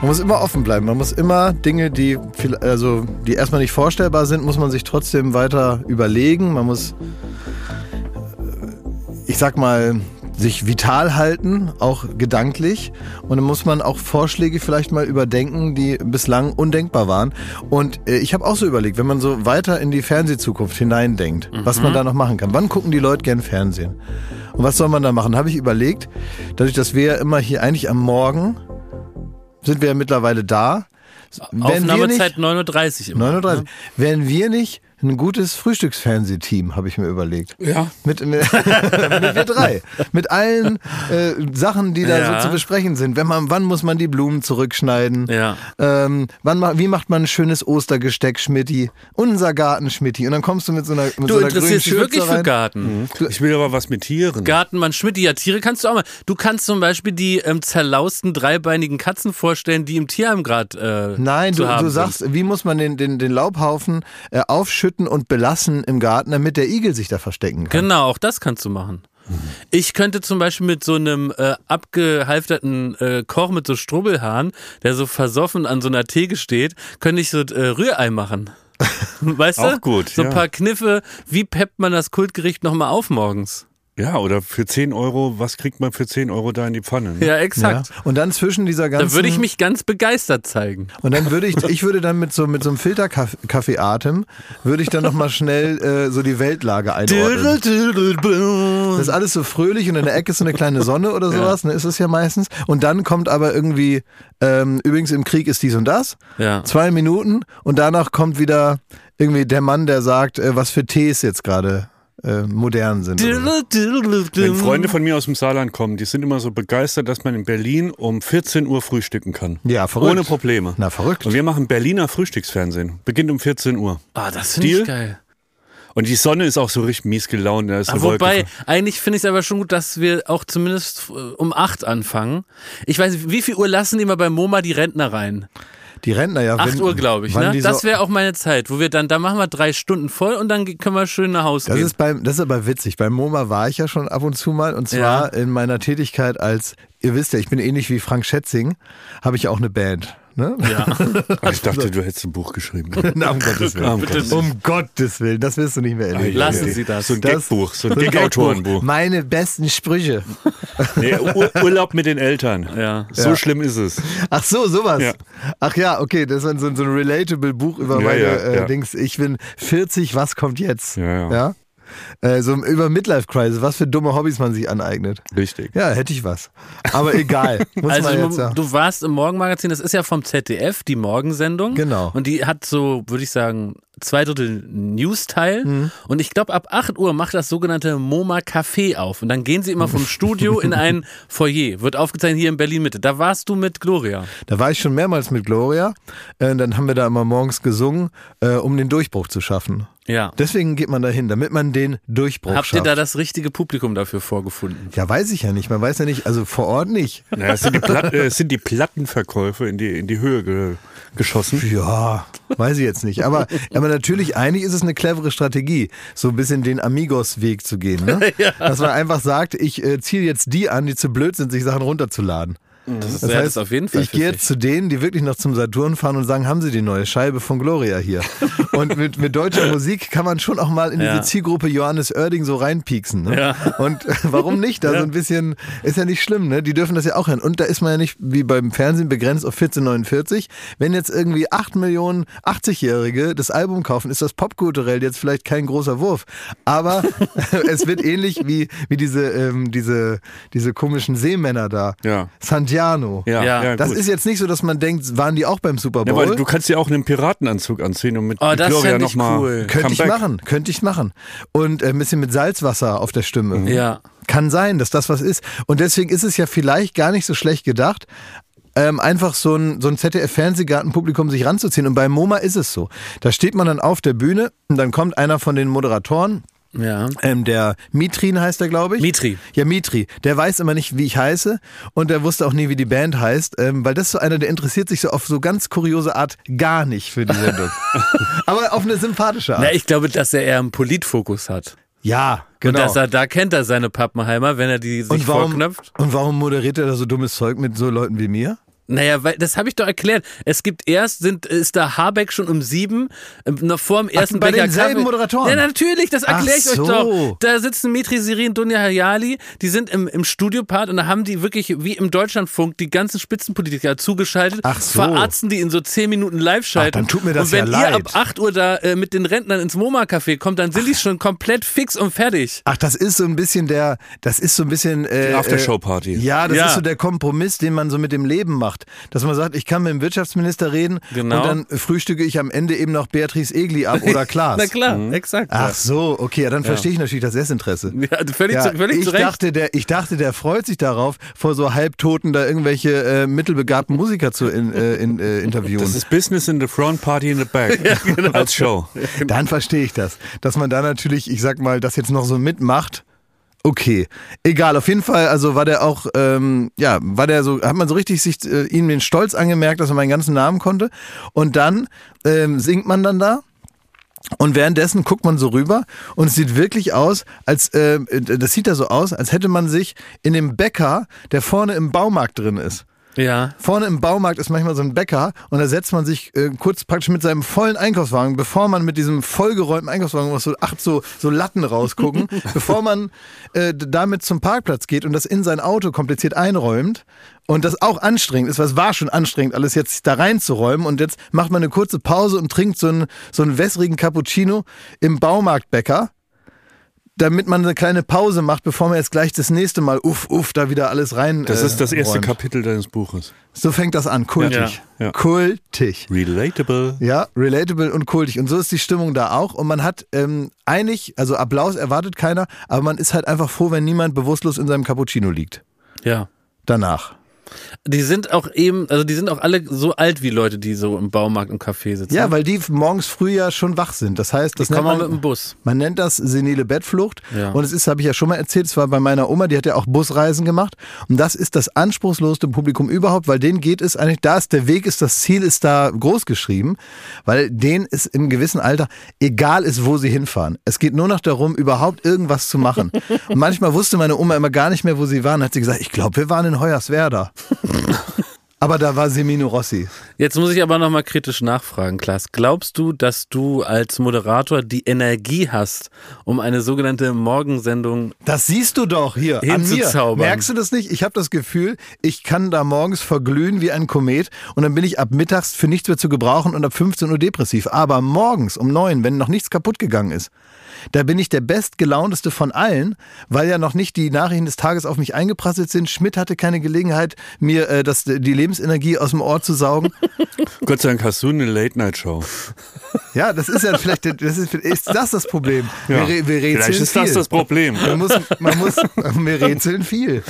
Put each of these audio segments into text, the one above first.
Man muss immer offen bleiben. Man muss immer Dinge, die erstmal nicht vorstellbar sind, muss man sich trotzdem weiter überlegen. Man muss, ich sag mal, sich vital halten, auch gedanklich. Und dann muss man auch Vorschläge vielleicht mal überdenken, die bislang undenkbar waren. Und ich habe auch so überlegt, wenn man so weiter in die Fernsehzukunft hineindenkt, was man da noch machen kann. Wann gucken die Leute gern Fernsehen? Und was soll man da machen? Habe ich überlegt, dadurch, dass wir ja immer hier eigentlich am Morgen sind wir ja mittlerweile da. Aufnahmezeit 9.30 Uhr immer. 9.30 Uhr. Wären wir nicht ein gutes Frühstücksfernsehteam, habe ich mir überlegt. Ja. Mit wir drei. Mit allen Sachen, die da so zu besprechen sind. Wann muss man die Blumen zurückschneiden? Ja. Wie macht man ein schönes Ostergesteck, Schmitti? Unser Garten, Schmitti. Und dann kommst du mit so einer grünen Schürze rein. Du interessierst dich wirklich für Garten. Ich will aber was mit Tieren. Gartenmann Schmitti, ja, Tiere kannst du auch mal. Du kannst zum Beispiel die zerlausten dreibeinigen Katzen vorstellen, die im Tierheim gerade Nein, du sagst, wie muss man den Laubhaufen aufschütten und belassen im Garten, damit der Igel sich da verstecken kann. Genau, auch das kannst du machen. Ich könnte zum Beispiel mit so einem abgehalfterten Koch mit so Strubbelhaaren, der so versoffen an so einer Theke steht, könnte ich so Rührei machen. Weißt du? Auch gut, so ein paar Kniffe, wie peppt man das Kultgericht nochmal auf morgens? Ja, oder für 10 Euro, was kriegt man für 10 Euro da in die Pfanne? Ne? Ja, exakt. Ja. Und dann zwischen dieser ganzen... Da würde ich mich ganz begeistert zeigen. Und dann würde ich würde dann mit so einem Filterkaffeeatem, würde ich dann nochmal schnell so die Weltlage einordnen. Das ist alles so fröhlich und in der Ecke ist so eine kleine Sonne oder sowas, ne, ist es ja meistens. Und dann kommt aber irgendwie, übrigens im Krieg ist dies und das, 2 Minuten und danach kommt wieder irgendwie der Mann, der sagt, was für Tees jetzt gerade modern sind. Wenn Freunde von mir aus dem Saarland kommen, die sind immer so begeistert, dass man in Berlin um 14 Uhr frühstücken kann. Ja, verrückt. Ohne Probleme. Na, verrückt. Und wir machen Berliner Frühstücksfernsehen. Beginnt um 14 Uhr. Ah, das finde ich geil. Und die Sonne ist auch so richtig mies gelaunt. Wobei, eigentlich finde ich es aber schon gut, dass wir auch zumindest um 8 anfangen. Ich weiß nicht, wie viel Uhr lassen die mal bei MoMA die Rentner rein? Die Rentner, ja. 8 Uhr, glaube ich. Ne? Das wäre auch meine Zeit, wo wir da machen wir 3 Stunden voll und dann können wir schön nach Hause gehen. Das ist aber witzig. Beim MoMA war ich ja schon ab und zu mal und zwar in meiner Tätigkeit als, ihr wisst ja, ich bin ähnlich wie Frank Schätzing, habe ich auch eine Band. Ne? Ja. Ich dachte, du hättest ein Buch geschrieben. Na, um Gottes Willen. Um Gottes Willen, das wirst du nicht mehr erleben. Lassen Sie das. So ein Gagbuch, so ein Gag-Autorenbuch. Meine besten Sprüche. Nee, Urlaub mit den Eltern. Ja. So schlimm ist es. Ach so, sowas. Ja. Ach ja, okay, das ist so ein relatable Buch über meine Dings. Ich bin 40, was kommt jetzt? Ja? So über Midlife-Crisis, was für dumme Hobbys man sich aneignet. Richtig. Ja, hätte ich was. Aber egal. Du warst im Morgenmagazin, das ist ja vom ZDF, die Morgensendung. Genau. Und die hat so, würde ich sagen, 2/3 News-Teil. Und ich glaube, ab 8 Uhr macht das sogenannte MoMA Café auf. Und dann gehen sie immer vom Studio in ein Foyer. Wird aufgezeichnet hier in Berlin-Mitte. Da warst du mit Gloria. Da war ich schon mehrmals mit Gloria. Dann haben wir da immer morgens gesungen, um den Durchbruch zu schaffen. Ja. Deswegen geht man da hin, damit man den Durchbruch schafft. Habt ihr da das richtige Publikum dafür vorgefunden? Ja, weiß ich ja nicht. Man weiß ja nicht, also vor Ort nicht. Naja, es sind die Plattenverkäufe in die Höhe geschossen. Ja, weiß ich jetzt nicht. Aber natürlich, eigentlich ist es eine clevere Strategie, so ein bisschen den Amigos-Weg zu gehen. Ne? Ja. Dass man einfach sagt, ich ziehe jetzt die an, die zu blöd sind, sich Sachen runterzuladen. Das heißt, auf jeden Fall ich gehe jetzt zu denen, die wirklich noch zum Saturn fahren und sagen, haben Sie die neue Scheibe von Gloria hier? Und mit deutscher Musik kann man schon auch mal in diese Zielgruppe Johannes Oerding so reinpieksen. Ne? Ja. Und warum nicht? Da so ein bisschen, ist ja nicht schlimm, ne? Die dürfen das ja auch hören. Und da ist man ja nicht wie beim Fernsehen begrenzt auf 14,49. Wenn jetzt irgendwie 8 Millionen 80-Jährige das Album kaufen, ist das popkulturell jetzt vielleicht kein großer Wurf. Aber es wird ähnlich wie diese komischen Seemänner da. Ja. Santiano. Ja, das ist jetzt nicht so, dass man denkt, waren die auch beim Super Bowl? Ja, weil du kannst ja auch einen Piratenanzug anziehen und mit Gloria nochmal. Cool. Könnte ich machen. Und ein bisschen mit Salzwasser auf der Stimme. Ja. Kann sein, dass das was ist. Und deswegen ist es ja vielleicht gar nicht so schlecht gedacht, einfach so ein ZDF-Fernsehgartenpublikum sich ranzuziehen. Und bei MoMA ist es so. Da steht man dann auf der Bühne und dann kommt einer von den Moderatoren. Ja. Der Mitrin heißt er, glaube ich. Mitri. Ja, Mitri. Der weiß immer nicht, wie ich heiße und der wusste auch nie, wie die Band heißt, weil das ist so einer, der interessiert sich so auf so ganz kuriose Art gar nicht für die Sendung. Aber auf eine sympathische Art. Na, ich glaube, dass er eher einen Politfokus hat. Ja, genau. Und da kennt er seine Pappenheimer, wenn er die sich vorknöpft. Und warum moderiert er da so dummes Zeug mit so Leuten wie mir? Naja, weil das habe ich doch erklärt. Es gibt ist da Habeck schon um 7 noch vor dem ersten bei Becher denselben Kaffee. Moderatoren? Ja, natürlich, das erkläre ich euch so. doch. Da sitzen Metri Sirin, Dunja Hayali, die sind im Studiopart und da haben die wirklich wie im Deutschlandfunk die ganzen Spitzenpolitiker zugeschaltet, verarzten die in so 10 Minuten Live-Schalten. Dann tut mir das und wenn ja ihr leid. ab 8 Uhr da mit den Rentnern ins MoMA-Café kommt, dann sind die schon komplett fix und fertig. Ach, das ist so ein bisschen die Aftershow-Party. Ja, das ist so der Kompromiss, den man so mit dem Leben macht. Dass man sagt, ich kann mit dem Wirtschaftsminister reden und dann frühstücke ich am Ende eben noch Beatrice Egli ab oder Klaas. Na klar, exakt. Ach so, okay, dann verstehe ich natürlich das Desinteresse. Ja, völlig zu Recht. Ich dachte, der freut sich darauf, vor so Halbtoten da irgendwelche mittelbegabten Musiker zu interviewen. Das ist Business in the front, Party in the back. Ja, genau. Als Show. Dann verstehe ich das. Dass man da natürlich, ich sag mal, das jetzt noch so mitmacht. Okay, egal, auf jeden Fall, also war der auch, hat man so richtig sich ihm den Stolz angemerkt, dass er meinen ganzen Namen konnte. Und dann singt man dann da. Und währenddessen guckt man so rüber und es sieht wirklich aus, als hätte man sich in dem Bäcker, der vorne im Baumarkt drin ist. Ja. Vorne im Baumarkt ist manchmal so ein Bäcker und da setzt man sich kurz praktisch mit seinem vollen Einkaufswagen, bevor man mit diesem vollgeräumten Einkaufswagen, wo so 8 so Latten rausgucken, bevor man damit zum Parkplatz geht und das in sein Auto kompliziert einräumt und das auch anstrengend ist, weil es war schon anstrengend, alles jetzt da reinzuräumen und jetzt macht man eine kurze Pause und trinkt so einen wässrigen Cappuccino im Baumarktbäcker, damit man eine kleine Pause macht, bevor man jetzt gleich das nächste Mal da wieder alles rein Das ist das erste räumt. Kapitel deines Buches. So fängt das an, kultig. Ja. Kultig. Relatable. Ja, relatable und kultig. Und so ist die Stimmung da auch. Und man hat also Applaus erwartet keiner, aber man ist halt einfach froh, wenn niemand bewusstlos in seinem Cappuccino liegt. Ja. Danach. Die sind auch alle so alt wie Leute, die so im Baumarkt im Café sitzen. Ja, weil die morgens früh ja schon wach sind. Das heißt, das kommen mit dem Bus. Man nennt das senile Bettflucht. Ja. Und es ist, habe ich ja schon mal erzählt, es war bei meiner Oma, die hat ja auch Busreisen gemacht. Und das ist das anspruchsloseste Publikum überhaupt, weil denen geht es eigentlich, da ist der Weg, ist das Ziel, ist da groß geschrieben, weil denen ist im gewissen Alter egal ist, wo sie hinfahren. Es geht nur noch darum, überhaupt irgendwas zu machen. Und manchmal wusste meine Oma immer gar nicht mehr, wo sie waren. Hat sie gesagt, ich glaube, wir waren in Hoyerswerda. Aber da war Semino Rossi. Jetzt muss ich aber nochmal kritisch nachfragen, Klaas. Glaubst du, dass du als Moderator die Energie hast, um eine sogenannte Morgensendung Das siehst du doch hier an mir. Merkst du das nicht? Ich habe das Gefühl, ich kann da morgens verglühen wie ein Komet und dann bin ich ab mittags für nichts mehr zu gebrauchen und ab 15 Uhr depressiv. Aber morgens um 9, wenn noch nichts kaputt gegangen ist, da bin ich der bestgelaunteste von allen, weil ja noch nicht die Nachrichten des Tages auf mich eingeprasselt sind. Schmidt hatte keine Gelegenheit, mir die Lebensenergie aus dem Ohr zu saugen. Gott sei Dank hast du eine Late-Night-Show. Ja, das ist ja vielleicht, ist das Problem. Ja. Wir rätseln Vielleicht ist viel. das Problem. Wir rätseln viel.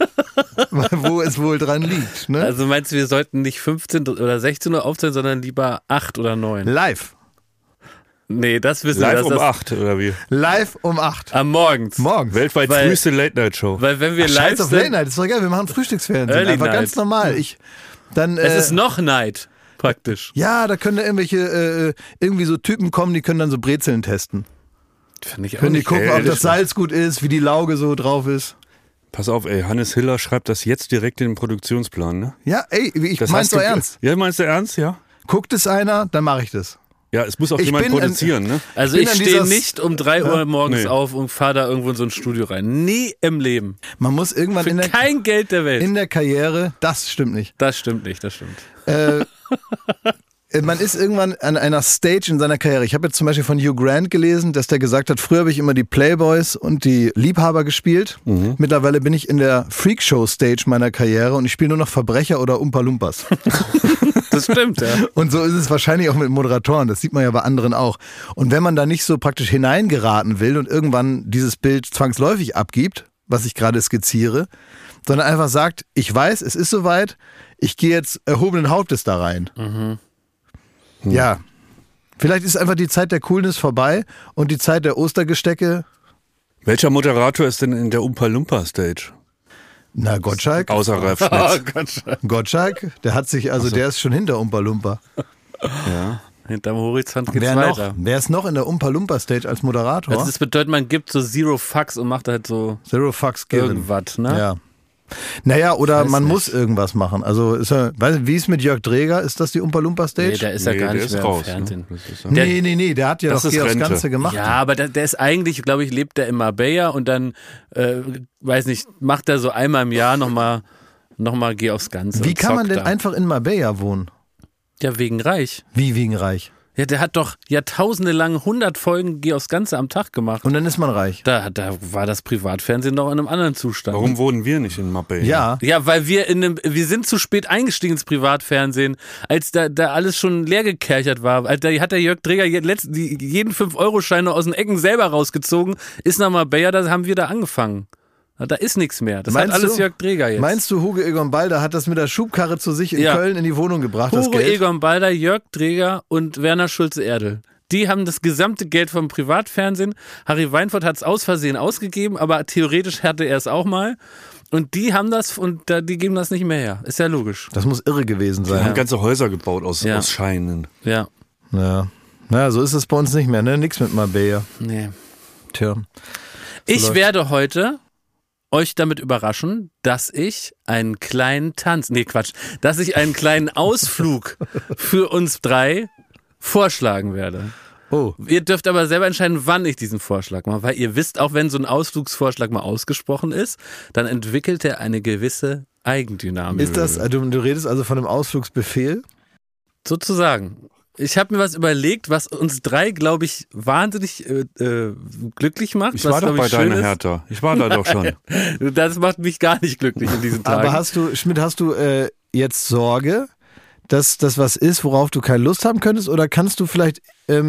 Wo es wohl dran liegt. Ne? Also meinst du, wir sollten nicht 15 oder 16 Uhr aufzählen, sondern lieber 8 oder 9? Live. Nee, das wissen wir. Live um 8 oder wie? Live um 8. Am Morgens. Weltweit früheste Late-Night-Show. Weil wenn wir live Scheiß auf sind, Late Night, ist doch egal, wir machen Frühstücksfernsehen. Early Einfach Night. ganz normal. es ist noch Night, praktisch. Ja, da können da irgendwelche irgendwie so Typen kommen, die können dann so Brezeln testen. Finde ich auch Können die nicht. gucken, ob das Salz gut ist, wie die Lauge so drauf ist. Pass auf, ey, Hannes Hiller schreibt das jetzt direkt in den Produktionsplan, ne? Ja, ey, ich Das mein's heißt, doch ernst. Ja, meinst du ernst, ja? Guckt es einer, dann mache ich das. Ja, es muss auch Ich jemand bin produzieren, ne? Also bin ich an stehe dieser- nicht um 3 Uhr morgens Nee. auf und fahre da irgendwo in so ein Studio rein. Nie im Leben. Man muss irgendwann Für kein Geld der Welt. in der Karriere, das stimmt nicht. Das stimmt nicht, das stimmt. Man ist irgendwann an einer Stage in seiner Karriere. Ich habe jetzt zum Beispiel von Hugh Grant gelesen, dass der gesagt hat, früher habe ich immer die Playboys und die Liebhaber gespielt. Mittlerweile bin ich in der Freakshow-Stage meiner Karriere und ich spiele nur noch Verbrecher oder Oompa Loompas. Das stimmt, ja. Und so ist es wahrscheinlich auch mit Moderatoren. Das sieht man ja bei anderen auch. Und wenn man da nicht so praktisch hineingeraten will und irgendwann dieses Bild zwangsläufig abgibt, was ich gerade skizziere, sondern einfach sagt, ich weiß, es ist soweit, ich gehe jetzt erhobenen Hauptes da rein. Ja, vielleicht ist einfach die Zeit der Coolness vorbei und die Zeit der Ostergestecke. Welcher Moderator ist denn in der Oompa Loompa Stage? Na, Gottschalk. Außer Ralf Schmitz. Gottschalk, der hat sich, der ist schon hinter Oompa Loompa. Ja. Hinterm Horizont geht's weiter. Wer ist noch in der Oompa Loompa Stage als Moderator? Also das bedeutet, man gibt so Zero Fucks und macht halt so Zero Fucks given. irgendwas, ne? Ja. Naja, oder man muss irgendwas machen. Also, wie ist mit Jörg Dreger? Ist das die Umpa Lumpa Stage? Nee, der ist ja gar nicht mehr im Fernsehen. Ne? Nee, der hat ja doch hier das Ganze gemacht. Ja, aber der ist eigentlich, glaube ich, lebt der in Marbella und dann, weiß nicht, macht er so einmal im Jahr nochmal Geh aufs Ganze. Wie kann man denn einfach in Marbella wohnen? Ja, wegen reich. Wie wegen reich? Ja, der hat doch jahrtausende lang 100 Folgen Geh aufs Ganze am Tag gemacht. Und dann ist man reich. Da war das Privatfernsehen noch in einem anderen Zustand. Warum wohnen wir nicht in Marbella? Ja, weil wir sind zu spät eingestiegen ins Privatfernsehen, als da alles schon leer gekerchert war. Da hat der Jörg Dreger jeden 5-Euro-Schein aus den Ecken selber rausgezogen, ist nach Marbella, da haben wir da angefangen. Da ist nichts mehr. Das hat alles Jörg Dreger jetzt. Meinst du, Hugo Egon Balder hat das mit der Schubkarre zu sich in Köln in die Wohnung gebracht, das Geld? Hugo Egon Balder, Jörg Dreger und Werner Schulze-Erdel. Die haben das gesamte Geld vom Privatfernsehen. Harry Weinfurt hat es aus Versehen ausgegeben, aber theoretisch hatte er es auch mal. Und die haben das und die geben das nicht mehr her. Ist ja logisch. Das muss irre gewesen sein. Die haben ganze Häuser gebaut aus Scheinen. Ja. Naja, so ist es bei uns nicht mehr, ne? Nix mit Marbella. Nee. Tja. Ich werde heute euch damit überraschen, dass ich einen kleinen dass ich einen kleinen Ausflug für uns 3 vorschlagen werde. Oh. Ihr dürft aber selber entscheiden, wann ich diesen Vorschlag mache, weil ihr wisst, auch wenn so ein Ausflugsvorschlag mal ausgesprochen ist, dann entwickelt er eine gewisse Eigendynamik. Ist das, du redest also von einem Ausflugsbefehl? Sozusagen. Ich habe mir was überlegt, was uns 3, glaube ich, wahnsinnig glücklich macht. Ich war doch bei deiner Hertha. Ich war da doch schon. Das macht mich gar nicht glücklich in diesen Tagen. Aber Schmidt, hast du jetzt Sorge, dass das was ist, worauf du keine Lust haben könntest? Oder kannst du vielleicht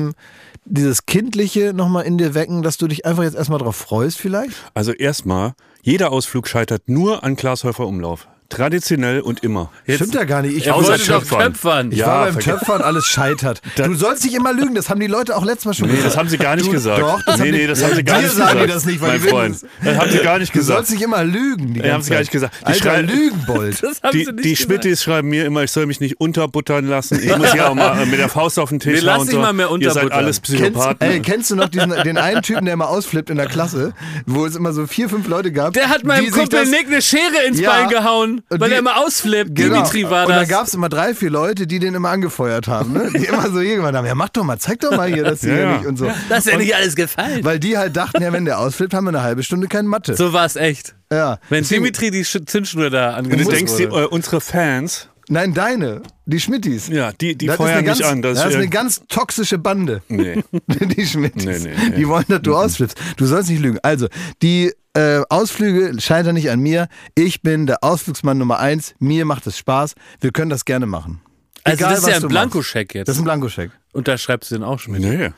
dieses Kindliche nochmal in dir wecken, dass du dich einfach jetzt erstmal drauf freust vielleicht? Also erstmal, jeder Ausflug scheitert nur an Glashäufer Umlauf. Traditionell und immer. Stimmt ja gar nicht. Ich wollte doch töpfern. Ich war beim Töpfern, alles scheitert. Du sollst nicht immer lügen, das haben die Leute auch letztes Mal schon gesagt. Nee, das haben sie gar nicht gesagt. Doch, das haben sie gar nicht gesagt. Die das nicht, weil mein Freund. Das haben sie gar nicht gesagt. Du sollst nicht immer lügen. Die haben sie gar nicht gesagt. Alter Lügenbold. Die Schmittis schreiben mir immer, ich soll mich nicht unterbuttern lassen. Ich muss ja auch mal mit der Faust auf den Tisch hauen. Lass dich mal mehr unterbuttern. Ihr seid alles Psychopathen. Kennst du noch den einen Typen, der immer ausflippt in der Klasse, wo es immer so 4, 5 Leute gab? Der hat meinem Kumpel Nick eine Schere ins Bein gehauen, weil er immer ausflippt. Dimitri war das. Und da gab es immer 3, 4 Leute, die den immer angefeuert haben, ne? Die immer so irgendwann haben, ja mach doch mal, zeig doch mal hier, dass hier nicht und so. Das ist ja nicht alles gefallen. Weil die halt dachten, ja wenn der ausflippt, haben wir eine halbe Stunde keine Mathe. So war es echt. Ja. Wenn Dimitri die Zündschnur da angesetzt wurde. Du denkst, unsere Fans... Nein, die Schmittis. Ja, die feuern mich an. Das ist eine ganz toxische Bande. Nee. Die Schmittis. Nee. Die wollen, dass du ausflippst. Du sollst nicht lügen. Also, die Ausflüge scheitern nicht an mir. Ich bin der Ausflugsmann Nummer 1. Mir macht es Spaß. Wir können das gerne machen. Also das ist ja ein Blankoscheck jetzt. Das ist ein Blankoscheck. Und da schreibst du den auch, Schmidt. Nee.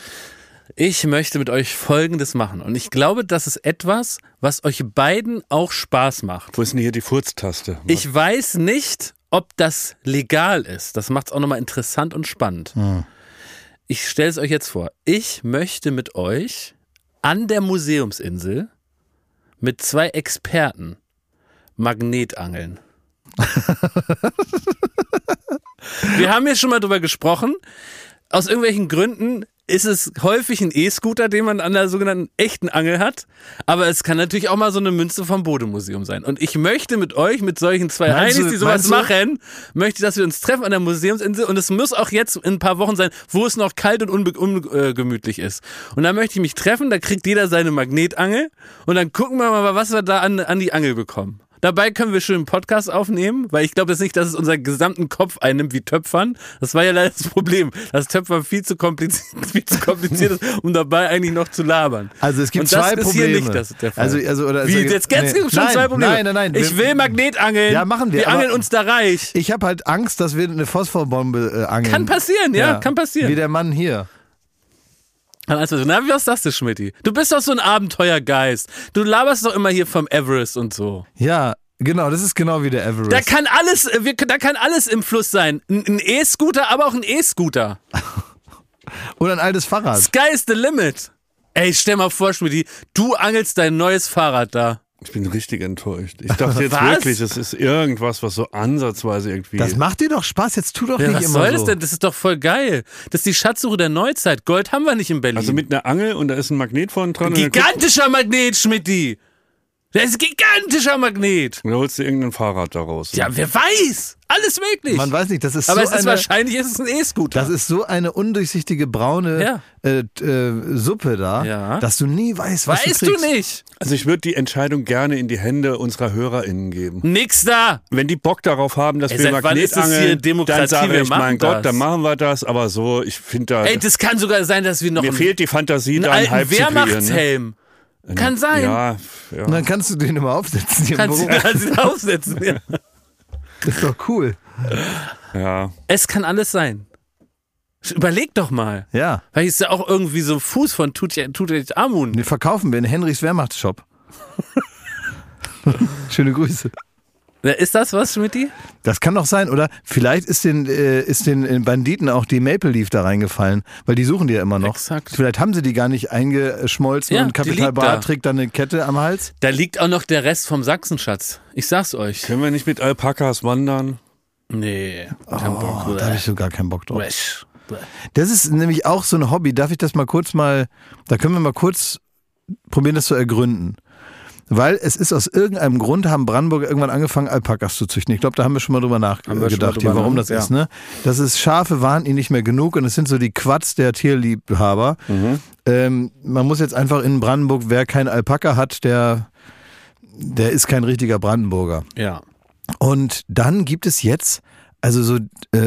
Ich möchte mit euch Folgendes machen. Und ich glaube, das ist etwas, was euch beiden auch Spaß macht. Wo ist denn hier die Furztaste? Ich weiß nicht, ob das legal ist. Das macht es auch nochmal interessant und spannend. Ich stelle es euch jetzt vor. Ich möchte mit euch an der Museumsinsel mit 2 Experten Magnetangeln. Wir haben hier schon mal drüber gesprochen. Aus irgendwelchen Gründen ist es häufig ein E-Scooter, den man an der sogenannten echten Angel hat. Aber es kann natürlich auch mal so eine Münze vom Bode-Museum sein. Und ich möchte mit euch, mit solchen 2 Heinis, die sowas machen, möchte, dass wir uns treffen an der Museumsinsel. Und es muss auch jetzt in ein paar Wochen sein, wo es noch kalt und ungemütlich ist. Und da möchte ich mich treffen, da kriegt jeder seine Magnetangel. Und dann gucken wir mal, was wir da an die Angel bekommen. Dabei können wir schön einen Podcast aufnehmen, weil ich glaube jetzt nicht, dass es unseren gesamten Kopf einnimmt wie Töpfern. Das war ja leider das Problem, dass Töpfern viel zu kompliziert ist, um dabei eigentlich noch zu labern. Also es gibt 2 Probleme. Hier nicht, das ist der Fall. Wie, jetzt gibt es schon 2 Probleme? Nein. Ich will Magnetangeln. Ja, machen wir. Wir angeln uns da reich. Ich habe halt Angst, dass wir eine Phosphorbombe angeln. Kann passieren, kann passieren. Wie der Mann hier. Also, na, wie was das denn, Schmidti? Du bist doch so ein Abenteuergeist. Du laberst doch immer hier vom Everest und so. Ja, genau, das ist genau wie der Everest. Da kann alles im Fluss sein. Ein E-Scooter, aber auch ein E-Scooter. Oder ein altes Fahrrad. Sky is the limit. Ey, stell mal vor, Schmidti, du angelst dein neues Fahrrad da. Ich bin richtig enttäuscht. Ich dachte jetzt wirklich, es ist irgendwas, was so ansatzweise irgendwie... Das macht dir doch Spaß, jetzt tu doch nicht immer so. Was soll das denn? Das ist doch voll geil. Das ist die Schatzsuche der Neuzeit. Gold haben wir nicht in Berlin. Also mit einer Angel und da ist ein Magnet vorne dran. Ein gigantischer Magnet, Schmidti. Der ist ein gigantischer Magnet. Und da holst du irgendein Fahrrad daraus. Ja, wer weiß. Alles möglich. Man weiß nicht, das ist aber so es ist wahrscheinlich ist es ein E-Scooter. Das ist so eine undurchsichtige braune Suppe da, dass du nie weißt, was du kriegst. Weißt du nicht. Also ich würde die Entscheidung gerne in die Hände unserer HörerInnen geben. Nix da. Wenn die Bock darauf haben, dass wir Magnetangeln, dann sage ich, mein Gott, dann machen wir das. Aber so, ich finde da... Ey, das kann sogar sein, dass wir noch mir fehlt die Fantasie, da einen Hype zu kreieren. Wehrmachtshelm. Ne? Kann sein. Ja. Und dann kannst du den immer aufsetzen. Kannst du ihn aufsetzen, ja. Das ist doch cool. Ja. Es kann alles sein. Überleg doch mal. Ja. Weil ist ja auch irgendwie so ein Fuß von Tutanchamun. Den verkaufen wir in Henrys Wehrmachtsshop. Schöne Grüße. Ist das was, Schmidti? Das kann doch sein, oder? Vielleicht ist den Banditen auch die Maple Leaf da reingefallen, weil die suchen die ja immer noch. Exakt. Vielleicht haben sie die gar nicht eingeschmolzen und Capital Bra trägt dann eine Kette am Hals. Da liegt auch noch der Rest vom Sachsenschatz. Ich sag's euch. Können wir nicht mit Alpakas wandern? Nee, kein Bock. Da habe ich so gar keinen Bock drauf. Wesh. Das ist nämlich auch so ein Hobby. Darf ich das mal kurz da können wir mal kurz probieren, das zu ergründen. Weil es ist aus irgendeinem Grund, haben Brandenburger irgendwann angefangen, Alpakas zu züchten. Ich glaube, da haben wir schon mal drüber nachgedacht, warum das ist. Ne? Das ist, Schafe waren ihnen nicht mehr genug und es sind so die Quads der Tierliebhaber. Man muss jetzt einfach in Brandenburg, wer kein Alpaka hat, der ist kein richtiger Brandenburger. Ja. Und dann gibt es jetzt, also so,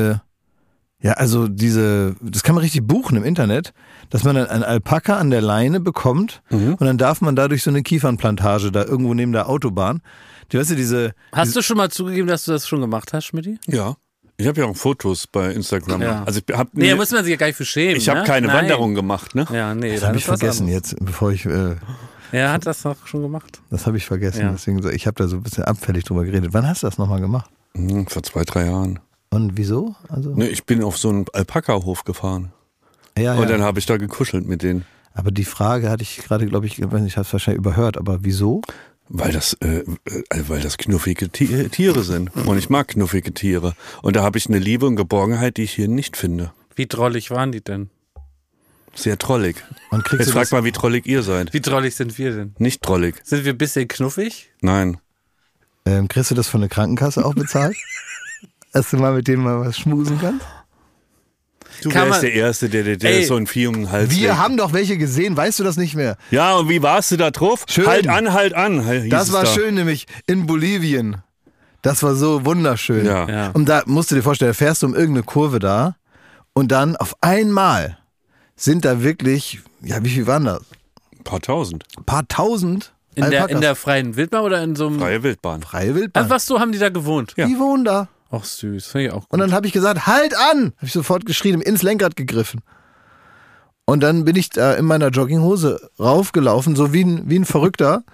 das kann man richtig buchen im Internet, dass man dann einen Alpaka an der Leine bekommt und dann darf man da durch so eine Kiefernplantage da irgendwo neben der Autobahn. Hast du schon mal zugegeben, dass du das schon gemacht hast, Schmidti? Ja. Ich habe ja auch Fotos bei Instagram. Ja. Also da muss man sich ja gar nicht für schämen. Ich habe keine Wanderung gemacht, ne? Ja, nee. Das habe ich vergessen jetzt, bevor ich... Er hat das auch schon gemacht. Das habe ich vergessen, deswegen ich habe da so ein bisschen abfällig drüber geredet. Wann hast du das nochmal gemacht? Vor 2-3 Jahren. Und wieso? Ne, ich bin auf so einen Alpaka-Hof gefahren. Ja. Und dann habe ich da gekuschelt mit denen. Aber die Frage hatte ich gerade, glaube ich, habe es wahrscheinlich überhört, aber wieso? Weil das knuffige Tiere sind. Und ich mag knuffige Tiere. Und da habe ich eine Liebe und Geborgenheit, die ich hier nicht finde. Wie drollig waren die denn? Sehr trollig. Jetzt frag mal, wie trollig ihr seid. Wie trollig sind wir denn? Nicht trollig. Sind wir ein bisschen knuffig? Nein. Kriegst du das von der Krankenkasse auch bezahlt? Dass du mal mit denen mal was schmusen kannst? Du wärst der Erste, der so ein Vieh um den Hals legt. Wir haben doch welche gesehen, weißt du das nicht mehr? Ja, und wie warst du da drauf? Schön. Halt an. Das war schön, nämlich in Bolivien. Das war so wunderschön. Ja. Und da musst du dir vorstellen, da fährst du um irgendeine Kurve da und dann auf einmal sind da wirklich, wie viel waren das? Ein paar tausend. Ein paar tausend? In der freien Wildbahn oder in so einem... Freie Wildbahn. Einfach so haben die da gewohnt? Ja. Die wohnen da. Ach süß, finde ich auch gut. Und dann habe ich gesagt, halt an! Habe ich sofort geschrien, ins Lenkrad gegriffen. Und dann bin ich da in meiner Jogginghose raufgelaufen, so wie ein Verrückter.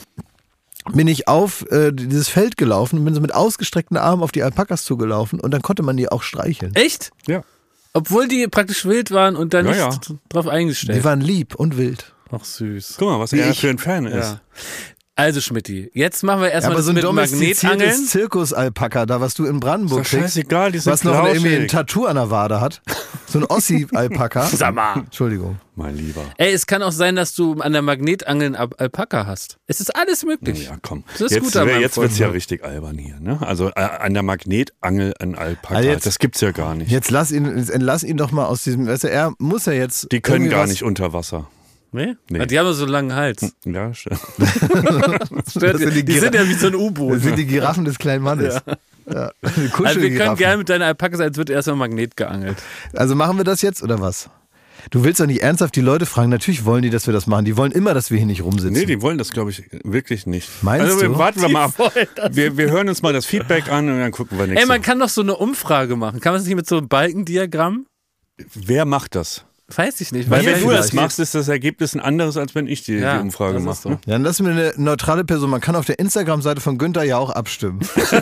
Bin ich auf dieses Feld gelaufen und bin so mit ausgestreckten Armen auf die Alpakas zugelaufen und dann konnte man die auch streicheln. Echt? Ja. Obwohl die praktisch wild waren und da nicht drauf eingestellt. Die waren lieb und wild. Ach süß. Guck mal, was er für ein Fan ist. Ja. Also Schmidti, jetzt machen wir erstmal das so mit Magnetangeln. Zirkusalpaka, da was du in Brandenburg kriegst. Scheißegal, die sind was noch irgendwie ein Tattoo an der Wade hat. So ein Ossi-Alpaka. Sag mal. Entschuldigung. Mein Lieber. Ey, es kann auch sein, dass du an der Magnetangeln Alpaka hast. Es ist alles möglich. Ja, komm. Das ist jetzt wird es ja richtig albern hier. Ne? Also an der Magnetangel ein Alpaka, das gibt's ja gar nicht. Jetzt entlass ihn doch mal aus diesem, er muss ja jetzt... Die können gar nicht unter Wasser. Nee? Die haben so einen langen Hals. Ja, stimmt. Die sind ja wie so ein U-Boot. Das sind die Giraffen des kleinen Mannes. Ja. Also wir können gerne mit deiner Alpaka sein, als wird erstmal Magnet geangelt. Also machen wir das jetzt oder was? Du willst doch nicht ernsthaft die Leute fragen, natürlich wollen die, dass wir das machen. Die wollen immer, dass wir hier nicht rumsitzen. Nee, die wollen das, glaube ich, wirklich nicht. Meinst du? Warten wir mal ab. Wir hören uns mal das Feedback an und dann gucken wir nächstes Mal. Man kann doch so eine Umfrage machen. Kann man das nicht mit so einem Balkendiagramm? Wer macht das? Weiß ich nicht. Weil wenn du das machst, ist das Ergebnis ein anderes, als wenn ich die Umfrage mache. So. Ja, dann lassen wir eine neutrale Person. Man kann auf der Instagram-Seite von Günther ja auch abstimmen.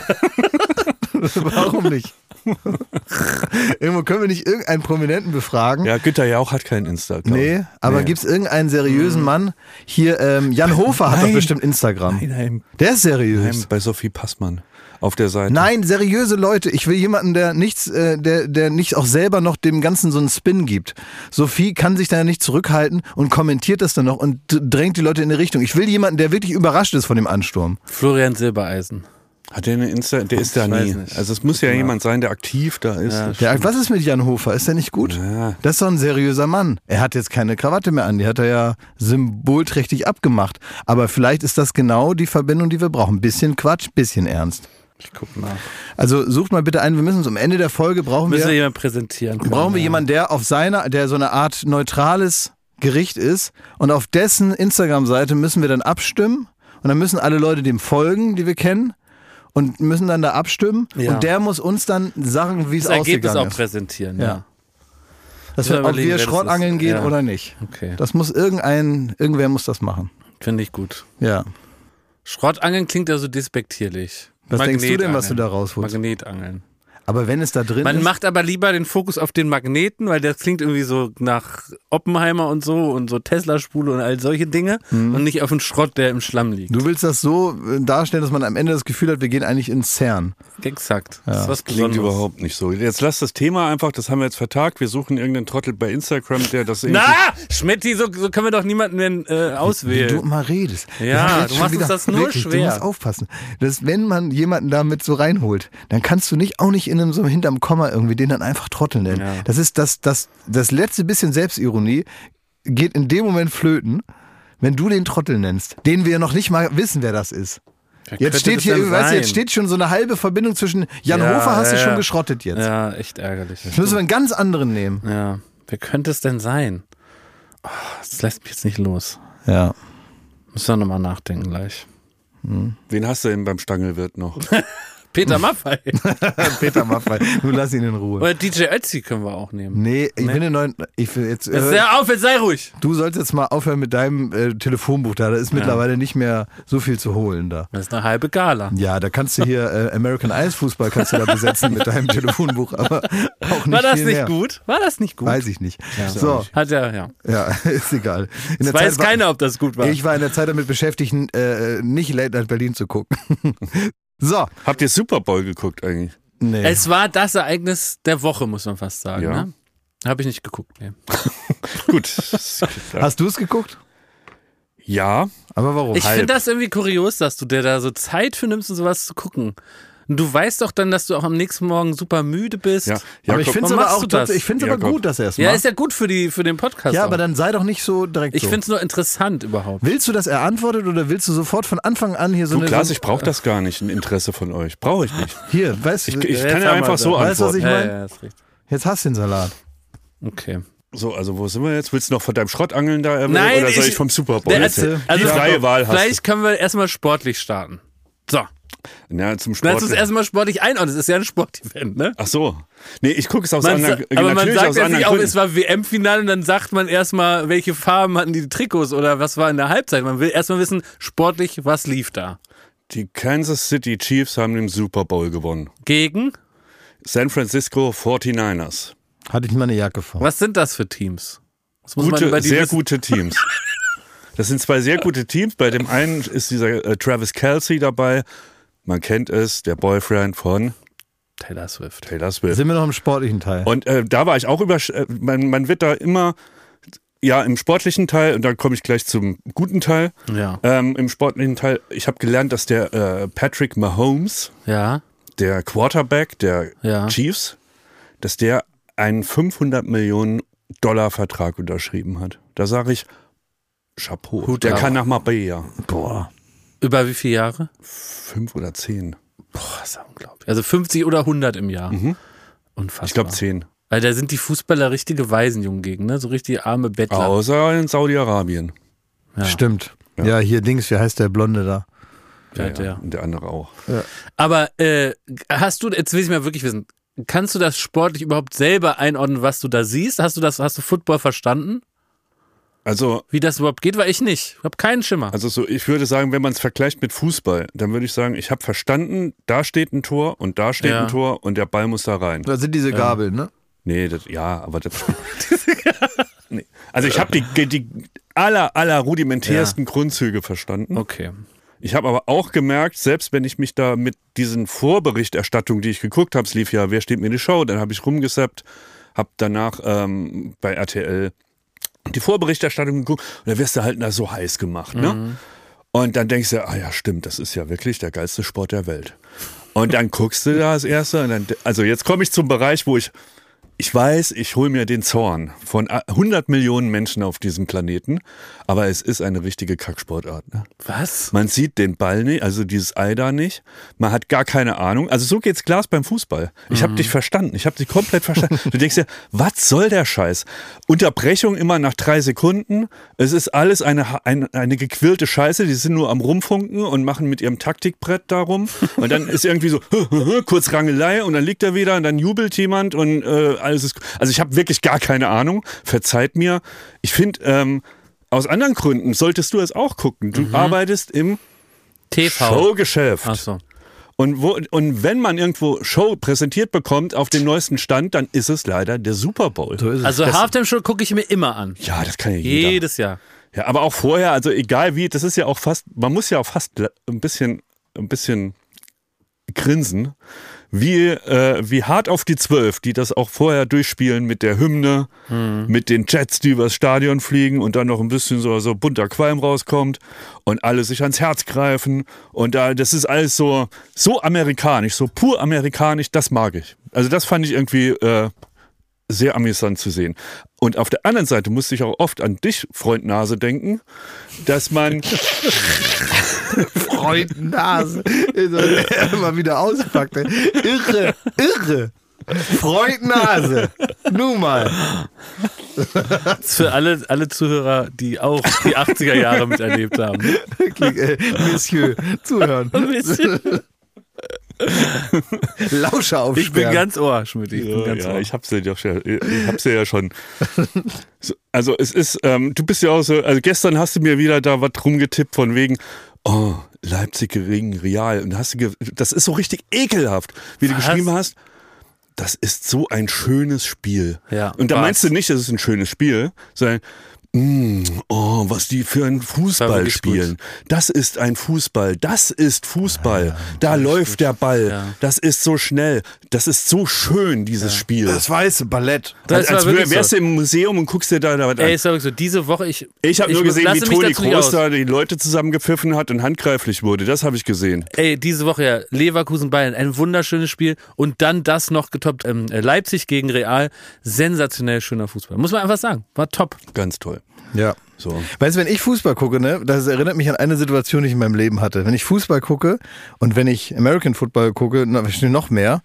Warum nicht? Irgendwo können wir nicht irgendeinen Prominenten befragen. Ja, Günther Jauch hat keinen Instagram. Nee, aber gibt es irgendeinen seriösen Mann? Hier, Jan Hofer hat doch bestimmt Instagram. Nein. Der ist seriös. Nein, bei Sophie Passmann. auf der Seite. Nein, seriöse Leute. Ich will jemanden, der nicht auch selber noch dem Ganzen so einen Spin gibt. Sophie kann sich da nicht zurückhalten und kommentiert das dann noch und drängt die Leute in eine Richtung. Ich will jemanden, der wirklich überrascht ist von dem Ansturm. Florian Silbereisen. Hat der eine Insta? Der ist da nie. Also es muss ja jemand sein, der aktiv da ist. Ja. Was ist mit Jan Hofer? Ist der nicht gut? Ja. Das ist doch ein seriöser Mann. Er hat jetzt keine Krawatte mehr an. Die hat er ja symbolträchtig abgemacht. Aber vielleicht ist das genau die Verbindung, die wir brauchen. Bisschen Quatsch, bisschen Ernst. Ich guck nach. Also sucht mal bitte einen. Wir müssen uns am Ende der Folge brauchen wir jemanden präsentieren. Brauchen wir jemanden, der der so eine Art neutrales Gericht ist. Und auf dessen Instagram-Seite müssen wir dann abstimmen. Und dann müssen alle Leute dem folgen, die wir kennen. Und müssen dann da abstimmen. Ja. Und der muss uns dann sagen, wie es ausgegangen ist. Das Ergebnis auch präsentieren, ja. Dass wir, ob wir Schrottangeln gehen oder nicht. Okay. Das muss irgendwer muss das machen. Finde ich gut. Ja. Schrottangeln klingt ja so despektierlich. Was denkst du denn, was du da rausholst? Magnetangeln. Aber wenn es da drin ist... Man macht aber lieber den Fokus auf den Magneten, weil das klingt irgendwie so nach Oppenheimer und so Tesla-Spule und all solche Dinge und nicht auf den Schrott, der im Schlamm liegt. Du willst das so darstellen, dass man am Ende das Gefühl hat, wir gehen eigentlich ins CERN. Exakt. Ja. Das ist was Besonderes. Klingt überhaupt nicht so. Jetzt lass das Thema einfach, das haben wir jetzt vertagt, wir suchen irgendeinen Trottel bei Instagram, der das irgendwie... Schmetti, so können wir doch niemanden mehr auswählen. Wie du immer redest. Ja, du machst uns das nur wirklich schwer. Du musst aufpassen. Dass, wenn man jemanden damit so reinholt, dann kannst du auch nicht in so hinterm Komma irgendwie den dann einfach Trottel nennen. Ja. Das ist das letzte bisschen Selbstironie geht in dem Moment flöten, wenn du den Trottel nennst, den wir ja noch nicht mal wissen, wer das ist. Jetzt steht hier, jetzt steht schon so eine halbe Verbindung zwischen Jan Hofer hast du schon geschrottet jetzt. Ja, echt ärgerlich. Das müssen wir einen ganz anderen nehmen. Ja, wer könnte es denn sein? Oh, das lässt mich jetzt nicht los. Ja. Müssen wir nochmal nachdenken gleich. Wen hast du denn beim Stangelwirt noch? Peter Maffay. Peter Maffay. Nun lass ihn in Ruhe. Oder DJ Ötzi können wir auch nehmen. Nee, ich bin jetzt sei ruhig. Du sollst jetzt mal aufhören mit deinem Telefonbuch da. Da ist mittlerweile nicht mehr so viel zu holen da. Das ist eine halbe Gala. Ja, da kannst du hier American Ice Fußball kannst du da besetzen mit deinem Telefonbuch, aber auch nicht. War das viel nicht mehr. gut? War das nicht gut? Weiß ich nicht. Ja. So. Hat ja. Ja, ist egal. Es weiß keiner, ob das gut war. Ich war in der Zeit damit beschäftigt, nicht Late Night Berlin zu gucken. So. Habt ihr Super Bowl geguckt eigentlich? Nee. Es war das Ereignis der Woche, muss man fast sagen. Ja. Ne? Habe ich nicht geguckt. Nee. Gut. Hast du es geguckt? Ja. Aber warum? Ich finde das irgendwie kurios, dass du dir da so Zeit für nimmst, um sowas zu gucken. Und du weißt doch dann, dass du auch am nächsten Morgen super müde bist. Ja. Aber ich finde es aber auch gut, dass er es macht. Ja, ist ja gut für den Podcast. Ja, auch. aber dann sei doch nicht so direkt Ich finde es nur interessant überhaupt. Willst du, dass er antwortet oder willst du sofort von Anfang an hier so eine... Klaas, ich brauche das gar nicht, ein Interesse von euch. Brauche ich nicht. Hier, weißt du... Ich kann ja einfach so antworten. Weißt du, was ich meine? Ja, ist richtig. Jetzt hast du den Salat. Okay. So, also wo sind wir jetzt? Willst du noch von deinem Schrottangeln da Nein, oder soll ich vom Super Bowl erzählen? Die freie Wahl hast Vielleicht können wir erstmal sportlich starten. So. Ja, zum Sport. Lass uns erstmal sportlich einordnen. Das ist ja ein Sportevent, ne? Ach so. Nee, ich gucke es aus anderen Gründen. Aber man sagt ja nicht auch, es war WM-Finale und dann sagt man erstmal, welche Farben hatten die Trikots oder was war in der Halbzeit. Man will erstmal wissen, sportlich, was lief da. Die Kansas City Chiefs haben den Super Bowl gewonnen. Gegen? San Francisco 49ers. Hatte ich mal eine Jacke vor. Was sind das für Teams? Gute Teams. Das sind zwei sehr gute Teams. Bei dem einen ist dieser Travis Kelce dabei. Man kennt es, der Boyfriend von Taylor Swift. Sind wir noch im sportlichen Teil? Und da war ich auch man wird da immer, ja, im sportlichen Teil, und dann komme ich gleich zum guten Teil. Ja. Im sportlichen Teil, ich habe gelernt, dass der Patrick Mahomes, der Quarterback der Chiefs, dass der einen $500 Millionen Vertrag unterschrieben hat. Da sage ich, Chapeau. Der kann nach Marbella. Boah. Über wie viele Jahre? 5 oder 10. Boah, das ist unglaublich. Also 50 oder 100 im Jahr. Mhm. Unfassbar. Ich glaube 10. Weil da sind die Fußballer richtige Waisenjungen gegen, ne? So richtig arme Bettler. Außer in Saudi-Arabien. Ja. Stimmt. Ja, hier Dings, wie heißt der Blonde da? Ja. Und der andere auch. Ja. Aber hast du, jetzt will ich mal wirklich wissen, kannst du das sportlich überhaupt selber einordnen, was du da siehst? Hast du Football verstanden? Also, wie das überhaupt geht, war ich nicht. Ich habe keinen Schimmer. Also so, ich würde sagen, wenn man es vergleicht mit Fußball, dann würde ich sagen, ich habe verstanden, da steht ein Tor und da steht ein Tor und der Ball muss da rein. Da sind diese Gabeln, ne? Nee, aber das... nee. Also ich habe die aller rudimentärsten Grundzüge verstanden. Okay. Ich habe aber auch gemerkt, selbst wenn ich mich da mit diesen Vorberichterstattungen, die ich geguckt habe, es lief ja, wer steht mir die Show, dann habe ich rumgesappt, habe danach bei RTL die Vorberichterstattung geguckt und da wirst du halt so heiß gemacht, ne? Und dann denkst du, ja stimmt, das ist ja wirklich der geilste Sport der Welt. Und dann guckst du da das Erste und dann, also jetzt komme ich zum Bereich, wo ich weiß, ich hole mir den Zorn von 100 Millionen Menschen auf diesem Planeten, aber es ist eine richtige Kacksportart. Ne? Was? Man sieht den Ball nicht, also dieses Ei da nicht. Man hat gar keine Ahnung. Also so geht's Glas beim Fußball. Ich habe dich verstanden. Ich habe dich komplett verstanden. Du denkst dir, was soll der Scheiß? Unterbrechung immer nach 3 Sekunden. Es ist alles eine gequirlte Scheiße. Die sind nur am Rumfunken und machen mit ihrem Taktikbrett darum. Und dann ist irgendwie so kurz Rangelei und dann liegt er wieder und dann jubelt jemand und alles ist. Also ich habe wirklich gar keine Ahnung. Verzeiht mir. Ich finde, aus anderen Gründen solltest du es auch gucken. Du arbeitest im TV. Showgeschäft. Ach so. Und wenn man irgendwo Show präsentiert bekommt auf den neuesten Stand, dann ist es leider der Super Bowl. So ist es. Also Halftime-Show gucke ich mir immer an. Ja, das kann ja jeder. Jedes Jahr. Ja, aber auch vorher, also egal wie, das ist ja auch fast, man muss ja auch fast ein bisschen grinsen, wie hart auf die 12, die das auch vorher durchspielen mit der Hymne, mit den Jets, die übers Stadion fliegen und dann noch ein bisschen so bunter Qualm rauskommt und alle sich ans Herz greifen und das ist alles so amerikanisch, so pur amerikanisch, das mag ich. Also das fand ich irgendwie sehr amüsant zu sehen. Und auf der anderen Seite musste ich auch oft an dich, Freund Nase, denken, dass man Freund Nase immer wieder auspackt. Irre. Freund Nase. Nun mal. Das ist für alle Zuhörer, die auch die 80er Jahre miterlebt haben. Monsieur, zuhören. Lauscher aufsperren. Ich bin ganz Ohr, Schmidt. Ich hab's ja schon. Also es ist, du bist ja auch so, also gestern hast du mir wieder da was rumgetippt von wegen, Leipzig gegen Real. Und das ist so richtig ekelhaft, wie du geschrieben hast. Das ist so ein schönes Spiel. Ja, und da meinst du nicht, das ist ein schönes Spiel, sondern was die für einen Fußball spielen. Das ist ein Fußball. Das ist Fußball. Ja, da läuft der Ball. Ja. Das ist so schnell. Das ist so schön, dieses Spiel. Das weiße Ballett. Als wärst du im Museum und guckst dir da was an. Ey, ist wirklich so. Diese Woche, ich habe nur gesehen, wie Toni Kroos da die Leute zusammengepfiffen hat und handgreiflich wurde. Das habe ich gesehen. Ey, diese Woche ja Leverkusen-Bayern. Ein wunderschönes Spiel. Und dann das noch getoppt. Leipzig gegen Real. Sensationell schöner Fußball. Muss man einfach sagen. War top. Ganz toll. Ja. So. Weißt du, wenn ich Fußball gucke, ne, das erinnert mich an eine Situation, die ich in meinem Leben hatte. Wenn ich Fußball gucke und wenn ich American Football gucke, noch mehr,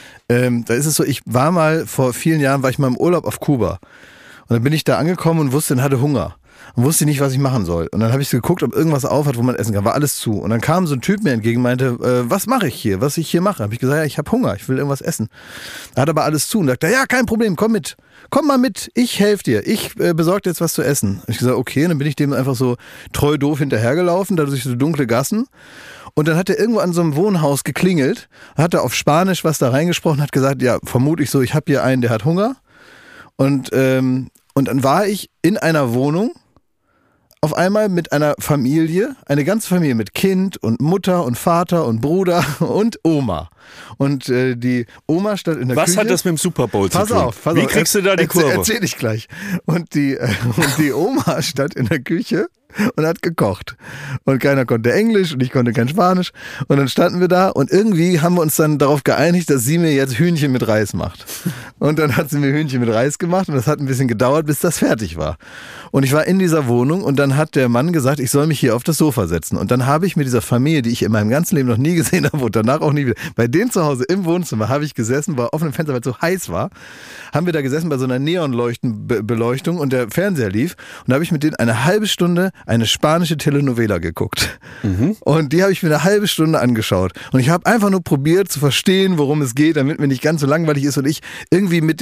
da ist es so, ich war mal, vor vielen Jahren war ich mal im Urlaub auf Kuba. Und dann bin ich da angekommen und wusste, und hatte Hunger. Und wusste nicht, was ich machen soll. Und dann habe ich so geguckt, ob irgendwas auf hat, wo man essen kann. War alles zu. Und dann kam so ein Typ mir entgegen und meinte, was mache ich hier? Was ich hier mache? Habe ich gesagt, ja, ich habe Hunger, ich will irgendwas essen. Da hat aber alles zu und sagte, ja, kein Problem, komm mit. Komm mal mit, ich helfe dir. Ich besorge dir jetzt was zu essen. Und ich gesagt, okay. Und dann bin ich dem einfach so treu doof hinterhergelaufen, da durch so dunkle Gassen. Und dann hat er irgendwo an so einem Wohnhaus geklingelt, hat er auf Spanisch was da reingesprochen, hat gesagt, ja, vermutlich so, ich habe hier einen, der hat Hunger. Und dann war ich in einer Wohnung, auf einmal mit einer Familie, eine ganze Familie mit Kind und Mutter und Vater und Bruder und Oma. Und die Oma stand in der Küche. Was hat das mit dem Super Bowl zu tun? Pass auf. Wie kriegst du da die Kurve? Erzähl ich gleich. Und die Oma stand in der Küche und hat gekocht. Und keiner konnte Englisch und ich konnte kein Spanisch. Und dann standen wir da und irgendwie haben wir uns dann darauf geeinigt, dass sie mir jetzt Hühnchen mit Reis macht. Und dann hat sie mir Hühnchen mit Reis gemacht und das hat ein bisschen gedauert, bis das fertig war. Und ich war in dieser Wohnung und dann hat der Mann gesagt, ich soll mich hier auf das Sofa setzen. Und dann habe ich mit dieser Familie, die ich in meinem ganzen Leben noch nie gesehen habe und danach auch nie wieder, bei denen zu Hause im Wohnzimmer habe ich gesessen, bei offenem Fenster, weil es so heiß war, haben wir da gesessen bei so einer Neonleuchtenbeleuchtung und der Fernseher lief und da habe ich mit denen eine halbe Stunde eine spanische Telenovela geguckt. Und die habe ich mir eine halbe Stunde angeschaut. Und ich habe einfach nur probiert zu verstehen, worum es geht, damit mir nicht ganz so langweilig ist und ich irgendwie mit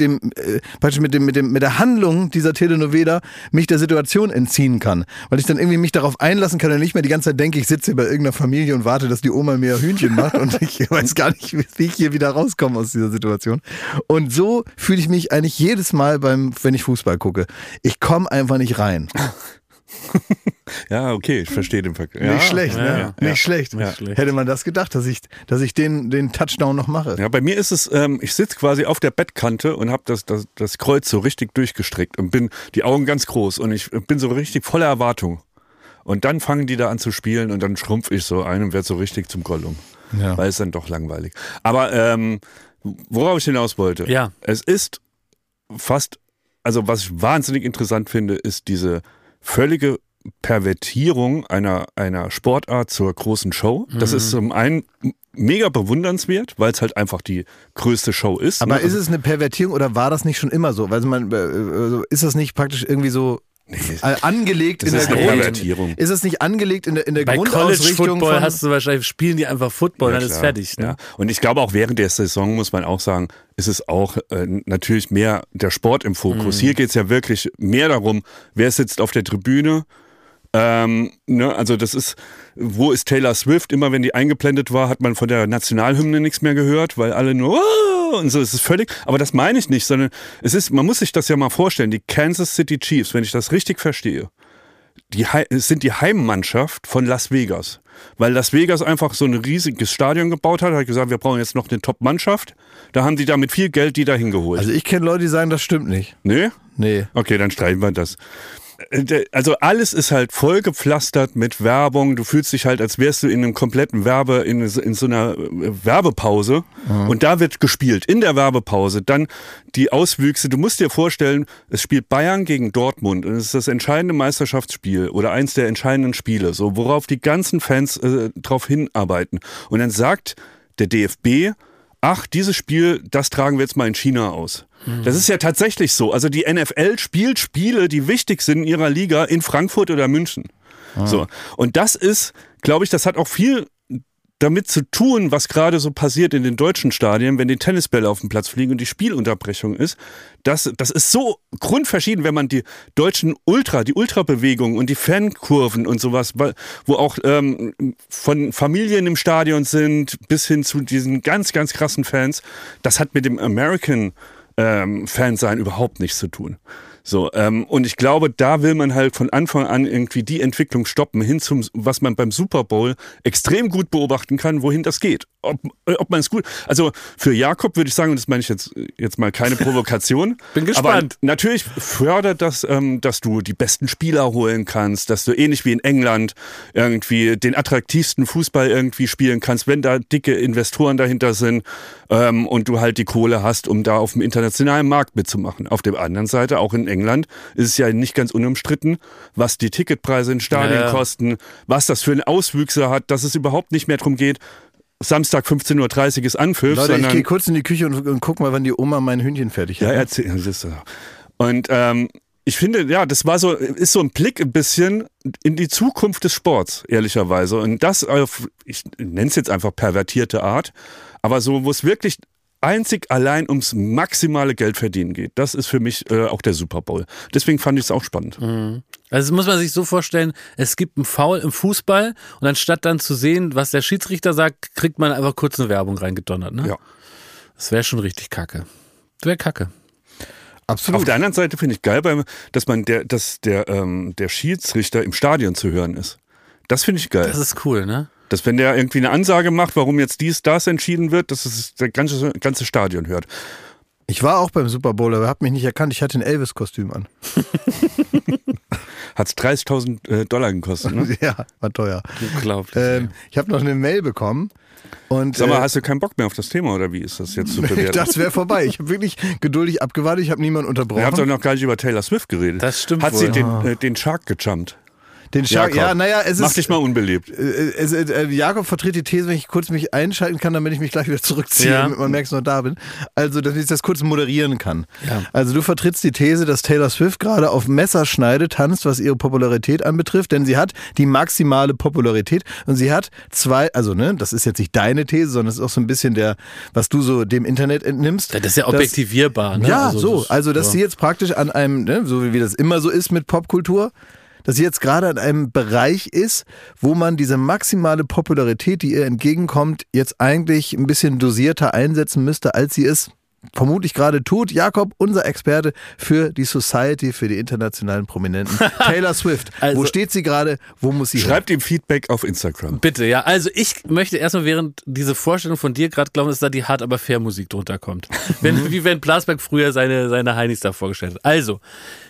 der Handlung dieser Telenovela mich der Situation entziehen kann. Weil ich dann irgendwie mich darauf einlassen kann und nicht mehr die ganze Zeit denke, ich sitze hier bei irgendeiner Familie und warte, dass die Oma mir Hühnchen macht und ich weiß gar nicht, wie ich hier wieder rauskomme aus dieser Situation. Und so fühle ich mich eigentlich jedes Mal wenn ich Fußball gucke. Ich komme einfach nicht rein. Ja, okay, ich verstehe den Vergleich. Nicht schlecht, ne? Nicht schlecht. Ja. Hätte man das gedacht, dass ich den Touchdown noch mache. Ja, bei mir ist es, ich sitze quasi auf der Bettkante und habe das Kreuz so richtig durchgestreckt und bin die Augen ganz groß und ich bin so richtig voller Erwartung. Und dann fangen die da an zu spielen und dann schrumpf ich so ein und werde so richtig zum Gollum. Ja. Weil es dann doch langweilig. Aber worauf ich hinaus wollte, es ist fast, also was ich wahnsinnig interessant finde, ist diese völlige Pervertierung einer Sportart zur großen Show. Das ist zum einen mega bewundernswert, weil es halt einfach die größte Show ist. Aber ist es eine Pervertierung oder war das nicht schon immer so? Weil ist das nicht praktisch irgendwie so angelegt in der Pervertierung? Ist es nicht angelegt in der Grundausrichtung? Bei College Football hast du wahrscheinlich, spielen die einfach Football, dann ist fertig. Ne? Ja. Und ich glaube auch während der Saison muss man auch sagen, ist es auch natürlich mehr der Sport im Fokus. Hier geht es ja wirklich mehr darum, wer sitzt auf der Tribüne. Also das ist, wo ist Taylor Swift? Immer wenn die eingeblendet war, hat man von der Nationalhymne nichts mehr gehört, weil alle nur und so, es ist völlig, aber das meine ich nicht, sondern man muss sich das ja mal vorstellen, die Kansas City Chiefs, wenn ich das richtig verstehe, sind die Heimmannschaft von Las Vegas, weil Las Vegas einfach so ein riesiges Stadion gebaut hat gesagt, wir brauchen jetzt noch eine Top-Mannschaft, da haben die da mit viel Geld die da hingeholt. Also ich kenne Leute, die sagen, das stimmt nicht. Nee? Nee. Okay, dann streichen wir das. Also alles ist halt vollgepflastert mit Werbung. Du fühlst dich halt, als wärst du in einem kompletten in so einer Werbepause. Und da wird gespielt, in der Werbepause. Dann die Auswüchse. Du musst dir vorstellen, es spielt Bayern gegen Dortmund. Und es ist das entscheidende Meisterschaftsspiel oder eins der entscheidenden Spiele, so worauf die ganzen Fans drauf hinarbeiten. Und dann sagt der DFB, ach, dieses Spiel, das tragen wir jetzt mal in China aus. Das ist ja tatsächlich so. Also die NFL spielt Spiele, die wichtig sind in ihrer Liga in Frankfurt oder München. So. Und das ist, glaube ich, das hat auch viel damit zu tun, was gerade so passiert in den deutschen Stadien, wenn die Tennisbälle auf dem Platz fliegen und die Spielunterbrechung ist. Das ist so grundverschieden, wenn man die deutschen die Ultrabewegung und die Fankurven und sowas, wo auch von Familien im Stadion sind, bis hin zu diesen ganz, ganz krassen Fans. Das hat mit dem American Fansein überhaupt nichts zu tun. So, und ich glaube, da will man halt von Anfang an irgendwie die Entwicklung stoppen, hin zum, was man beim Super Bowl extrem gut beobachten kann, wohin das geht. Ob man es gut, also für Jakob würde ich sagen, und das meine ich jetzt mal keine Provokation. Bin gespannt. Aber natürlich fördert das, dass du die besten Spieler holen kannst, dass du ähnlich wie in England irgendwie den attraktivsten Fußball irgendwie spielen kannst, wenn da dicke Investoren dahinter sind und du halt die Kohle hast, um da auf dem internationalen Markt mitzumachen. Auf der anderen Seite, auch in England, ist es ja nicht ganz unumstritten, was die Ticketpreise in Stadien kosten, was das für Auswüchse hat, dass es überhaupt nicht mehr darum geht, Samstag 15.30 Uhr ist Anpfiff. Leute, ich gehe kurz in die Küche und guck mal, wann die Oma mein Hühnchen fertig hat. Ja, erzähl. Und ich finde, ja, das ist so ein Blick ein bisschen in die Zukunft des Sports, ehrlicherweise. Und das auf, ich nenne es jetzt einfach pervertierte Art, aber so, wo es wirklich einzig allein ums maximale Geldverdienen geht. Das ist für mich auch der Super Bowl. Deswegen fand ich es auch spannend. Also das muss man sich so vorstellen, es gibt einen Foul im Fußball und anstatt dann zu sehen, was der Schiedsrichter sagt, kriegt man einfach kurz eine Werbung reingedonnert. Ne? Ja. Das wäre schon richtig kacke. Das wäre kacke. Absolut. Auf der anderen Seite finde ich geil, dass der Schiedsrichter im Stadion zu hören ist. Das finde ich geil. Das ist cool, ne? Dass wenn der irgendwie eine Ansage macht, warum jetzt das entschieden wird, dass es das ganze Stadion hört. Ich war auch beim Super Bowl, aber hab mich nicht erkannt. Ich hatte ein Elvis-Kostüm an. Hat es $30.000 gekostet, ne? Ja, war teuer. Unglaublich. Ich habe noch eine Mail bekommen. Und, sag mal, hast du keinen Bock mehr auf das Thema oder wie ist das jetzt zu bewerten? Das wäre vorbei. Ich habe wirklich geduldig abgewartet. Ich habe niemanden unterbrochen. Ihr habt doch noch gar nicht über Taylor Swift geredet. Das stimmt Hat wohl. sie den Shark gejumpt? Den Shark, ja, naja, es ist... Mach dich mal unbeliebt. Jakob vertritt die These, wenn ich kurz mich einschalten kann, damit ich mich gleich wieder zurückziehe, damit man merkt, dass ich noch da bin. Also, dass ich das kurz moderieren kann. Ja. Also, du vertrittst die These, dass Taylor Swift gerade auf Messerschneide tanzt, was ihre Popularität anbetrifft, denn sie hat die maximale Popularität und sie hat das ist jetzt nicht deine These, sondern das ist auch so ein bisschen was du so dem Internet entnimmst. Das ist ja objektivierbar, ne? Ja, dass sie jetzt praktisch an einem, ne, so wie das immer so ist mit Popkultur, dass sie jetzt gerade an einem Bereich ist, wo man diese maximale Popularität, die ihr entgegenkommt, jetzt eigentlich ein bisschen dosierter einsetzen müsste, als sie es vermutlich gerade tut. Jakob, unser Experte für die Society, für die internationalen Prominenten. Taylor Swift. Also, wo steht sie gerade? Wo muss sie hin? Schreibt ihm Feedback auf Instagram. Bitte, ja. Also ich möchte erstmal während diese Vorstellung von dir gerade glauben, dass da die Hart aber fair Musik drunter kommt. Wie wenn Blasberg früher seine Heinis da vorgestellt hat. Also,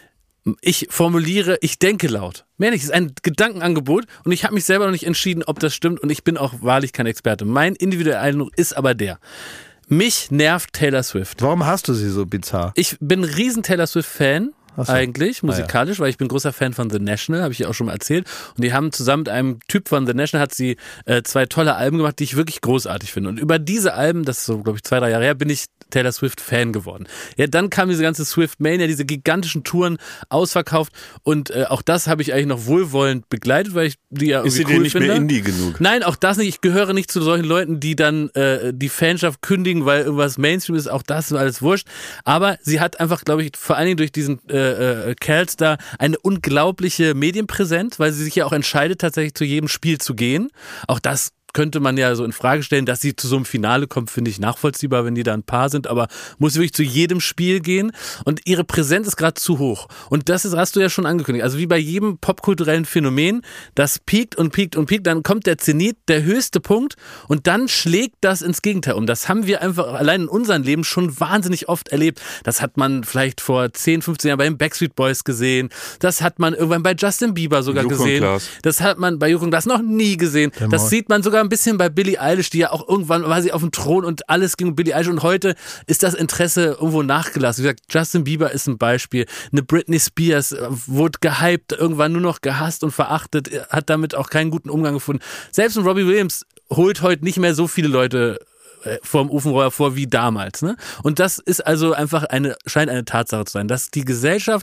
ich formuliere, ich denke laut. Mehr nicht, es ist ein Gedankenangebot und ich habe mich selber noch nicht entschieden, ob das stimmt und ich bin auch wahrlich kein Experte. Mein individueller Eindruck ist aber der: Mich nervt Taylor Swift. Warum hast du sie so bizarr? Ich bin ein riesen Taylor Swift-Fan. Eigentlich, musikalisch, weil ich bin großer Fan von The National, habe ich ja auch schon mal erzählt. Und die haben zusammen mit einem Typ von The National, hat sie 2 tolle Alben gemacht, die ich wirklich großartig finde. Und über diese Alben, das ist so, glaube ich, 2-3 Jahre her, bin ich Taylor Swift-Fan geworden. Ja, dann kam diese ganze Swift-Mania, diese gigantischen Touren ausverkauft. Und auch das habe ich eigentlich noch wohlwollend begleitet, weil ich die ja irgendwie cool finde. Ist sie dir nicht mehr Indie genug? Nein, auch das nicht. Ich gehöre nicht zu solchen Leuten, die dann die Fanschaft kündigen, weil irgendwas Mainstream ist. Auch das ist alles wurscht. Aber sie hat einfach, glaube ich, vor allen Dingen durch diesen Kerls da eine unglaubliche Medienpräsenz, weil sie sich ja auch entscheidet, tatsächlich zu jedem Spiel zu gehen. Auch das könnte man ja so in Frage stellen, dass sie zu so einem Finale kommt, finde ich nachvollziehbar, wenn die da ein Paar sind, aber muss wirklich zu jedem Spiel gehen und ihre Präsenz ist gerade zu hoch. Und das hast du ja schon angekündigt. Also wie bei jedem popkulturellen Phänomen, das piekt und piekt und piekt, dann kommt der Zenit, der höchste Punkt und dann schlägt das ins Gegenteil um. Das haben wir einfach allein in unserem Leben schon wahnsinnig oft erlebt. Das hat man vielleicht vor 10, 15 Jahren bei den Backstreet Boys gesehen. Das hat man irgendwann bei Justin Bieber sogar gesehen. Das hat man bei Joko und Klaas noch nie gesehen. Das sieht man sogar ein bisschen bei Billie Eilish, die ja auch irgendwann war sie auf dem Thron und alles ging um Billie Eilish und heute ist das Interesse irgendwo nachgelassen. Wie gesagt, Justin Bieber ist ein Beispiel. Eine Britney Spears wurde gehypt, irgendwann nur noch gehasst und verachtet, hat damit auch keinen guten Umgang gefunden. Selbst ein Robbie Williams holt heute nicht mehr so viele Leute vorm Ofenrohr vor wie damals. Ne? Und das ist also einfach scheint eine Tatsache zu sein, dass die Gesellschaft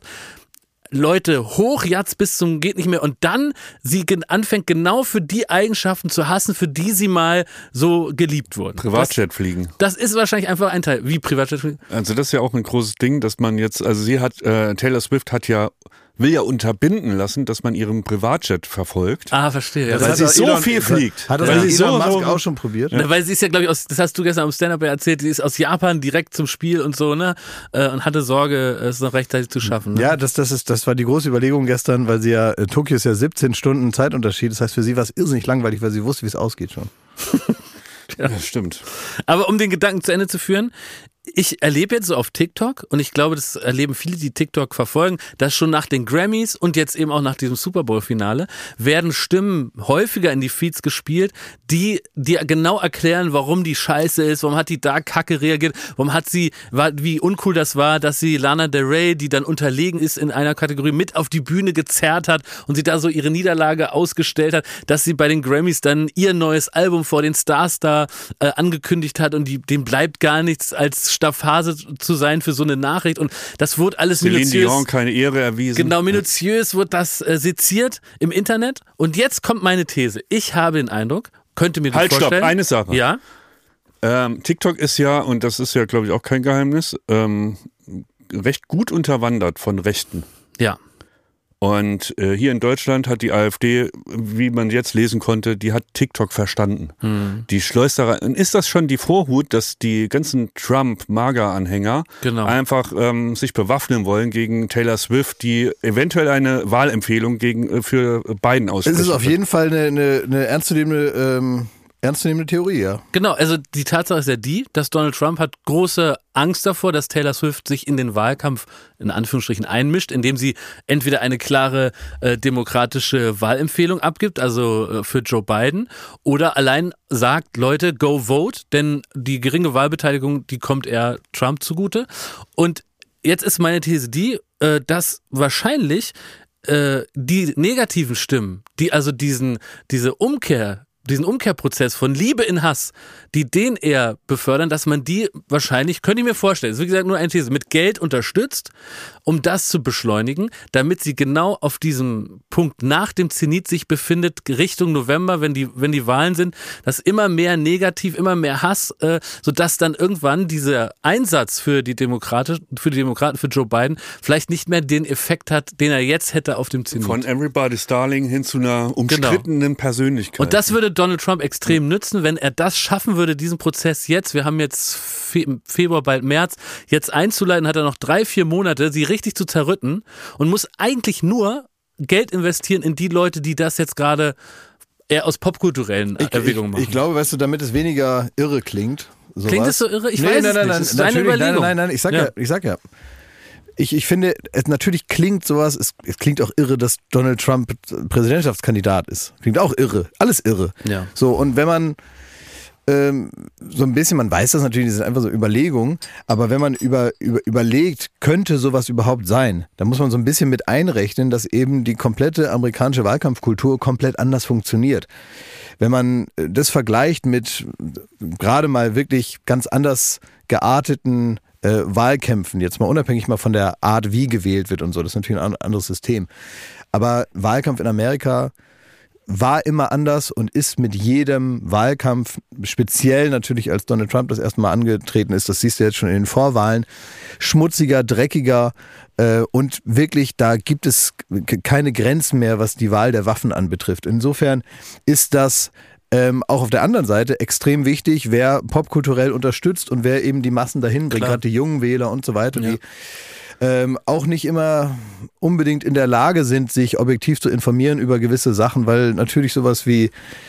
Leute hochjatzt bis zum geht nicht mehr und dann sie anfängt genau für die Eigenschaften zu hassen, für die sie mal so geliebt wurden. Privatjet fliegen. Das ist wahrscheinlich einfach ein Teil. Wie Privatjet fliegen? Also das ist ja auch ein großes Ding, dass man jetzt, also Taylor Swift will ja unterbinden lassen, dass man ihren Privatjet verfolgt. Ah, verstehe. Ja, weil sie so viel fliegt. Hat das Elon Musk auch schon probiert? Ja. Weil sie ist ja, glaube ich, das hast du gestern am Stand-Up erzählt, sie ist aus Japan direkt zum Spiel und so, ne? Und hatte Sorge, es noch rechtzeitig zu schaffen. Ne? Ja, das war die große Überlegung gestern, weil sie ja, Tokio ist ja 17 Stunden Zeitunterschied, das heißt für sie war es irrsinnig langweilig, weil sie wusste, wie es ausgeht schon. Ja, das stimmt. Aber um den Gedanken zu Ende zu führen, ich erlebe jetzt so auf TikTok und ich glaube, das erleben viele, die TikTok verfolgen, dass schon nach den Grammys und jetzt eben auch nach diesem Super Bowl-Finale werden Stimmen häufiger in die Feeds gespielt, die genau erklären, warum die scheiße ist, warum hat die da kacke reagiert, wie uncool das war, dass sie Lana Del Rey, die dann unterlegen ist in einer Kategorie, mit auf die Bühne gezerrt hat und sie da so ihre Niederlage ausgestellt hat, dass sie bei den Grammys dann ihr neues Album vor den Stars da angekündigt hat und dem bleibt gar nichts als Staffhase zu sein für so eine Nachricht und das wurde alles minutiös. Celine Dion keine Ehre erwiesen. Genau, minutiös wird das seziert im Internet und jetzt kommt meine These. Ich habe den Eindruck, könnte mir das vorstellen. Stopp, eine Sache. Ja? TikTok ist ja, und das ist ja glaube ich auch kein Geheimnis, recht gut unterwandert von Rechten. Ja. Und hier in Deutschland hat die AfD, wie man jetzt lesen konnte, die hat TikTok verstanden. Die schleust da rein. Und ist das schon die Vorhut, dass die ganzen Trump-Mager-Anhänger einfach sich bewaffnen wollen gegen Taylor Swift, die eventuell eine Wahlempfehlung für Biden ausspricht? Es ist auf jeden Fall eine ernstzunehmende Theorie, ja. Genau, also die Tatsache ist ja dass Donald Trump hat große Angst davor, dass Taylor Swift sich in den Wahlkampf in Anführungsstrichen einmischt, indem sie entweder eine klare demokratische Wahlempfehlung abgibt, also für Joe Biden, oder allein sagt, Leute, go vote, denn die geringe Wahlbeteiligung, die kommt eher Trump zugute. Und jetzt ist meine These dass wahrscheinlich die negativen Stimmen, die also diesen Umkehrprozess von Liebe in Hass, die den eher befördern, dass man die wahrscheinlich, könnte ich mir vorstellen, das ist wie gesagt nur eine These, mit Geld unterstützt, um das zu beschleunigen, damit sie genau auf diesem Punkt nach dem Zenit sich befindet, Richtung November, wenn die Wahlen sind, dass immer mehr Negativ, immer mehr Hass, sodass dann irgendwann dieser Einsatz für die Demokraten, für Joe Biden, vielleicht nicht mehr den Effekt hat, den er jetzt hätte auf dem Zenit. Von Everybody's Darling hin zu einer umstrittenen Persönlichkeit. Und das würde Donald Trump extrem nützen, wenn er das schaffen würde, diesen Prozess jetzt, wir haben jetzt Februar, bald März, jetzt einzuleiten, hat er noch 3-4 Monate, sie richtig zu zerrütten und muss eigentlich nur Geld investieren in die Leute, die das jetzt gerade eher aus popkulturellen Erwägungen machen. Ich glaube, weißt du, damit es weniger irre klingt. Sowas. Klingt es so irre? Ich weiß es nicht. Das ist deine Überlegung. Nein, ich sag ja. Ich finde, es natürlich klingt sowas, es klingt auch irre, dass Donald Trump Präsidentschaftskandidat ist. Klingt auch irre. Alles irre. Ja. So, und wenn man so ein bisschen, man weiß das natürlich, das sind einfach so Überlegungen, aber wenn man überlegt, könnte sowas überhaupt sein, dann muss man so ein bisschen mit einrechnen, dass eben die komplette amerikanische Wahlkampfkultur komplett anders funktioniert. Wenn man das vergleicht mit gerade mal wirklich ganz anders gearteten Wahlkämpfen, jetzt mal unabhängig mal von der Art, wie gewählt wird und so, das ist natürlich ein anderes System. Aber Wahlkampf in Amerika war immer anders und ist mit jedem Wahlkampf, speziell natürlich als Donald Trump das erste Mal angetreten ist, das siehst du jetzt schon in den Vorwahlen, schmutziger, dreckiger und wirklich, da gibt es keine Grenzen mehr, was die Wahl der Waffen anbetrifft. Insofern ist das auch auf der anderen Seite extrem wichtig, wer popkulturell unterstützt und wer eben die Massen dahin bringt, gerade die jungen Wähler und so weiter, die auch nicht immer unbedingt in der Lage sind, sich objektiv zu informieren über gewisse Sachen, weil natürlich sowas wie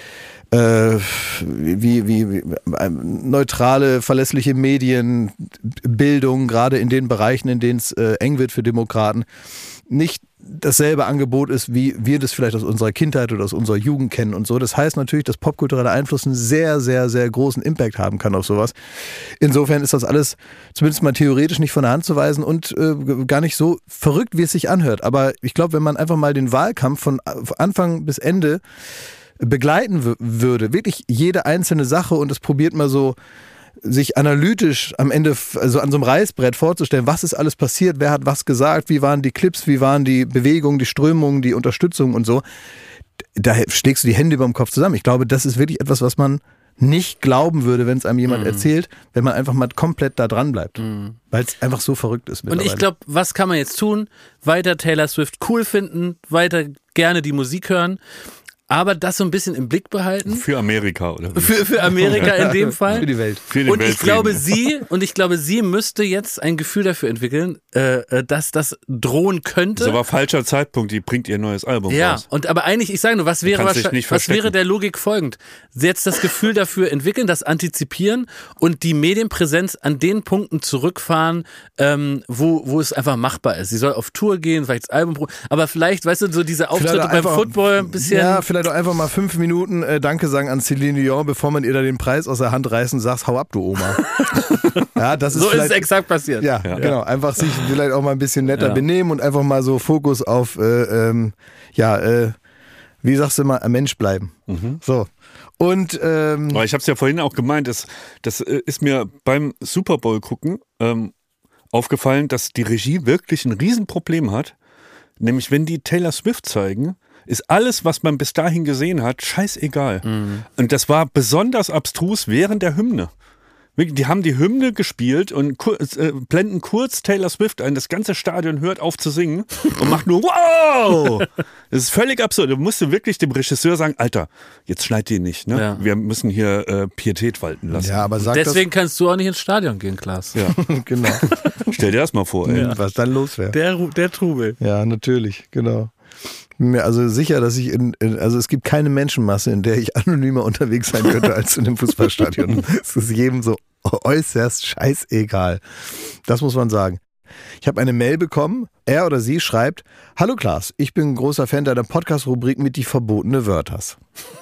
neutrale, verlässliche Medienbildung, gerade in den Bereichen, in denen es eng wird für Demokraten, nicht dasselbe Angebot ist, wie wir das vielleicht aus unserer Kindheit oder aus unserer Jugend kennen und so. Das heißt natürlich, dass popkultureller Einfluss einen sehr, sehr, sehr großen Impact haben kann auf sowas. Insofern ist das alles zumindest mal theoretisch nicht von der Hand zu weisen und gar nicht so verrückt, wie es sich anhört. Aber ich glaube, wenn man einfach mal den Wahlkampf von Anfang bis Ende begleiten würde, wirklich jede einzelne Sache und es probiert mal so sich analytisch am Ende also an so einem Reißbrett vorzustellen, was ist alles passiert, wer hat was gesagt, wie waren die Clips, wie waren die Bewegungen, die Strömungen, die Unterstützung und so. Da schlägst du die Hände über dem Kopf zusammen. Ich glaube, das ist wirklich etwas, was man nicht glauben würde, wenn es einem jemand erzählt, wenn man einfach mal komplett da dran bleibt. Weil es einfach so verrückt ist mittlerweile. Und ich glaube, was kann man jetzt tun? Weiter Taylor Swift cool finden, weiter gerne die Musik hören. Aber das so ein bisschen im Blick behalten. Für Amerika, oder? Für Amerika in dem Fall. Für die Welt. Für den Weltfrieden. Ich glaube, sie müsste jetzt ein Gefühl dafür entwickeln, dass das drohen könnte. Das ist aber falscher Zeitpunkt, die bringt ihr neues Album raus. Ja, aber eigentlich, ich sage nur, was wäre der Logik folgend? Jetzt das Gefühl dafür entwickeln, das antizipieren und die Medienpräsenz an den Punkten zurückfahren, wo es einfach machbar ist. Sie soll auf Tour gehen, vielleicht das Album, aber vielleicht, weißt du, so diese Auftritte beim Football ein bisschen. Ja, vielleicht auch einfach mal 5 Minuten Danke sagen an Celine Dion, bevor man ihr da den Preis aus der Hand reißt und sagt, hau ab, du Oma. Ja, das ist so ist es exakt passiert. Ja, genau. Einfach sich vielleicht auch mal ein bisschen netter benehmen und einfach mal so Fokus auf, wie sagst du mal, ein Mensch bleiben. So. Und aber ich habe es ja vorhin auch gemeint, das ist mir beim Super Bowl gucken aufgefallen, dass die Regie wirklich ein Riesenproblem hat. Nämlich, wenn die Taylor Swift zeigen, ist alles, was man bis dahin gesehen hat, scheißegal. Und das war besonders abstrus während der Hymne. Die haben die Hymne gespielt und blenden kurz Taylor Swift ein. Das ganze Stadion hört auf zu singen und macht nur wow! Das ist völlig absurd. Du musst wirklich dem Regisseur sagen, Alter, jetzt schneid die nicht. Ne? Ja. Wir müssen hier Pietät walten lassen. Ja, aber deswegen kannst du auch nicht ins Stadion gehen, Klaas. Ja, genau. Stell dir das mal vor. Ey. Ja. Was dann los wäre. Der Trubel. Ja, natürlich, genau. Mir also sicher, dass ich also es gibt keine Menschenmasse, in der ich anonymer unterwegs sein könnte als in einem Fußballstadion. Es ist jedem so äußerst scheißegal. Das muss man sagen. Ich habe eine Mail bekommen, er oder sie schreibt: Hallo Klaas, ich bin ein großer Fan deiner Podcast-Rubrik mit die verbotene Wörters.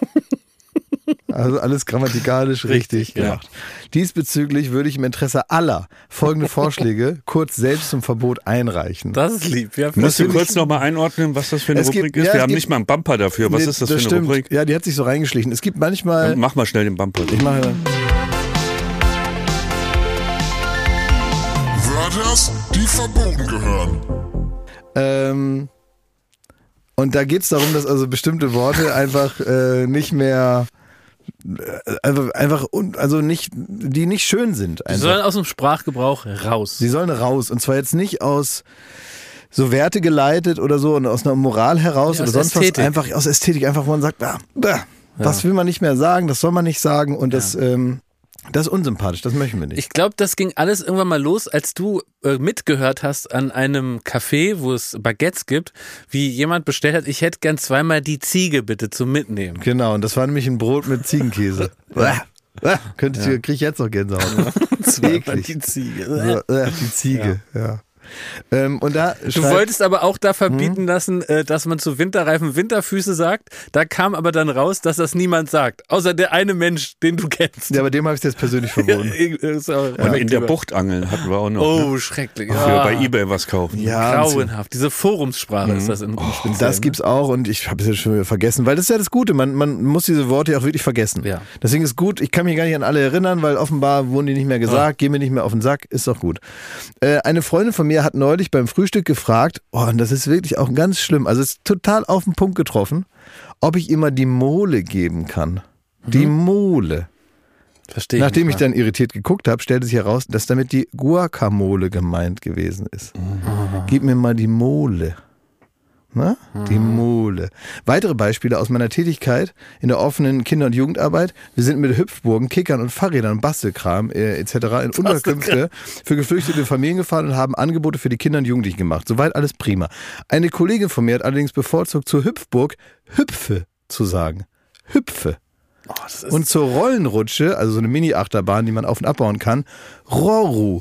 Also alles grammatikalisch richtig gemacht. Ja. Diesbezüglich würde ich im Interesse aller folgende Vorschläge kurz selbst zum Verbot einreichen. Das ist lieb. Ja, musst du kurz nochmal einordnen, was das für eine Rubrik ist? Wir haben nicht mal einen Bumper dafür. Was ist das für eine Rubrik? Ja, die hat sich so reingeschlichen. Es gibt manchmal... Dann mach mal schnell den Bumper. Ich mache... Wörters, die verboten gehören. Und da geht es darum, dass also bestimmte Worte einfach nicht mehr... die nicht schön sind. Die sollen aus dem Sprachgebrauch raus. Sie sollen raus. Und zwar jetzt nicht aus so Werte geleitet oder so und aus einer Moral heraus oder sonst Ästhetik. Was. Einfach aus Ästhetik, einfach wo man sagt, was will man nicht mehr sagen, das soll man nicht sagen und das ist unsympathisch, das möchten wir nicht. Ich glaube, das ging alles irgendwann mal los, als du mitgehört hast an einem Café, wo es Baguettes gibt, wie jemand bestellt hat, ich hätte gern 2-mal die Ziege bitte zum Mitnehmen. Genau, und das war nämlich ein Brot mit Ziegenkäse. Kriege ich jetzt noch Gänsehaut. 2-mal die Ziege. Die Ziege, ja. Und da du wolltest aber auch da verbieten lassen, dass man zu Winterreifen Winterfüße sagt. Da kam aber dann raus, dass das niemand sagt. Außer der eine Mensch, den du kennst. Ja, aber dem habe ich es jetzt persönlich verboten. Und in der Bucht angeln hatten wir auch noch. Oh, schrecklich. Für bei eBay was kaufen. Ja, grauenhaft. Diese Forumssprache ist das im Speziellen. Das gibt's auch und ich habe es ja schon wieder vergessen, weil das ist ja das Gute. Man muss diese Worte ja auch wirklich vergessen. Ja. Deswegen ist gut, ich kann mich gar nicht an alle erinnern, weil offenbar wurden die nicht mehr gesagt, gehen mir nicht mehr auf den Sack, ist doch gut. Eine Freundin von mir hat neulich beim Frühstück gefragt, und das ist wirklich auch ganz schlimm, also es ist total auf den Punkt getroffen, ob ich ihr mal die Mole geben kann. Die Mole. Verstehe. Nachdem ich dann irritiert geguckt habe, stellte sich heraus, dass damit die Guacamole gemeint gewesen ist. Gib mir mal die Mole. Na? Die Mole. Weitere Beispiele aus meiner Tätigkeit in der offenen Kinder- und Jugendarbeit. Wir sind mit Hüpfburgen, Kickern und Fahrrädern und Bastelkram etc. in Unterkünfte für geflüchtete Familien gefahren und haben Angebote für die Kinder und Jugendlichen gemacht. Soweit alles prima. Eine Kollegin von mir hat allerdings bevorzugt, zur Hüpfburg Hüpfe zu sagen. Hüpfe. Und zur Rollenrutsche, also so eine Mini-Achterbahn, die man auf- und abbauen kann, Roru.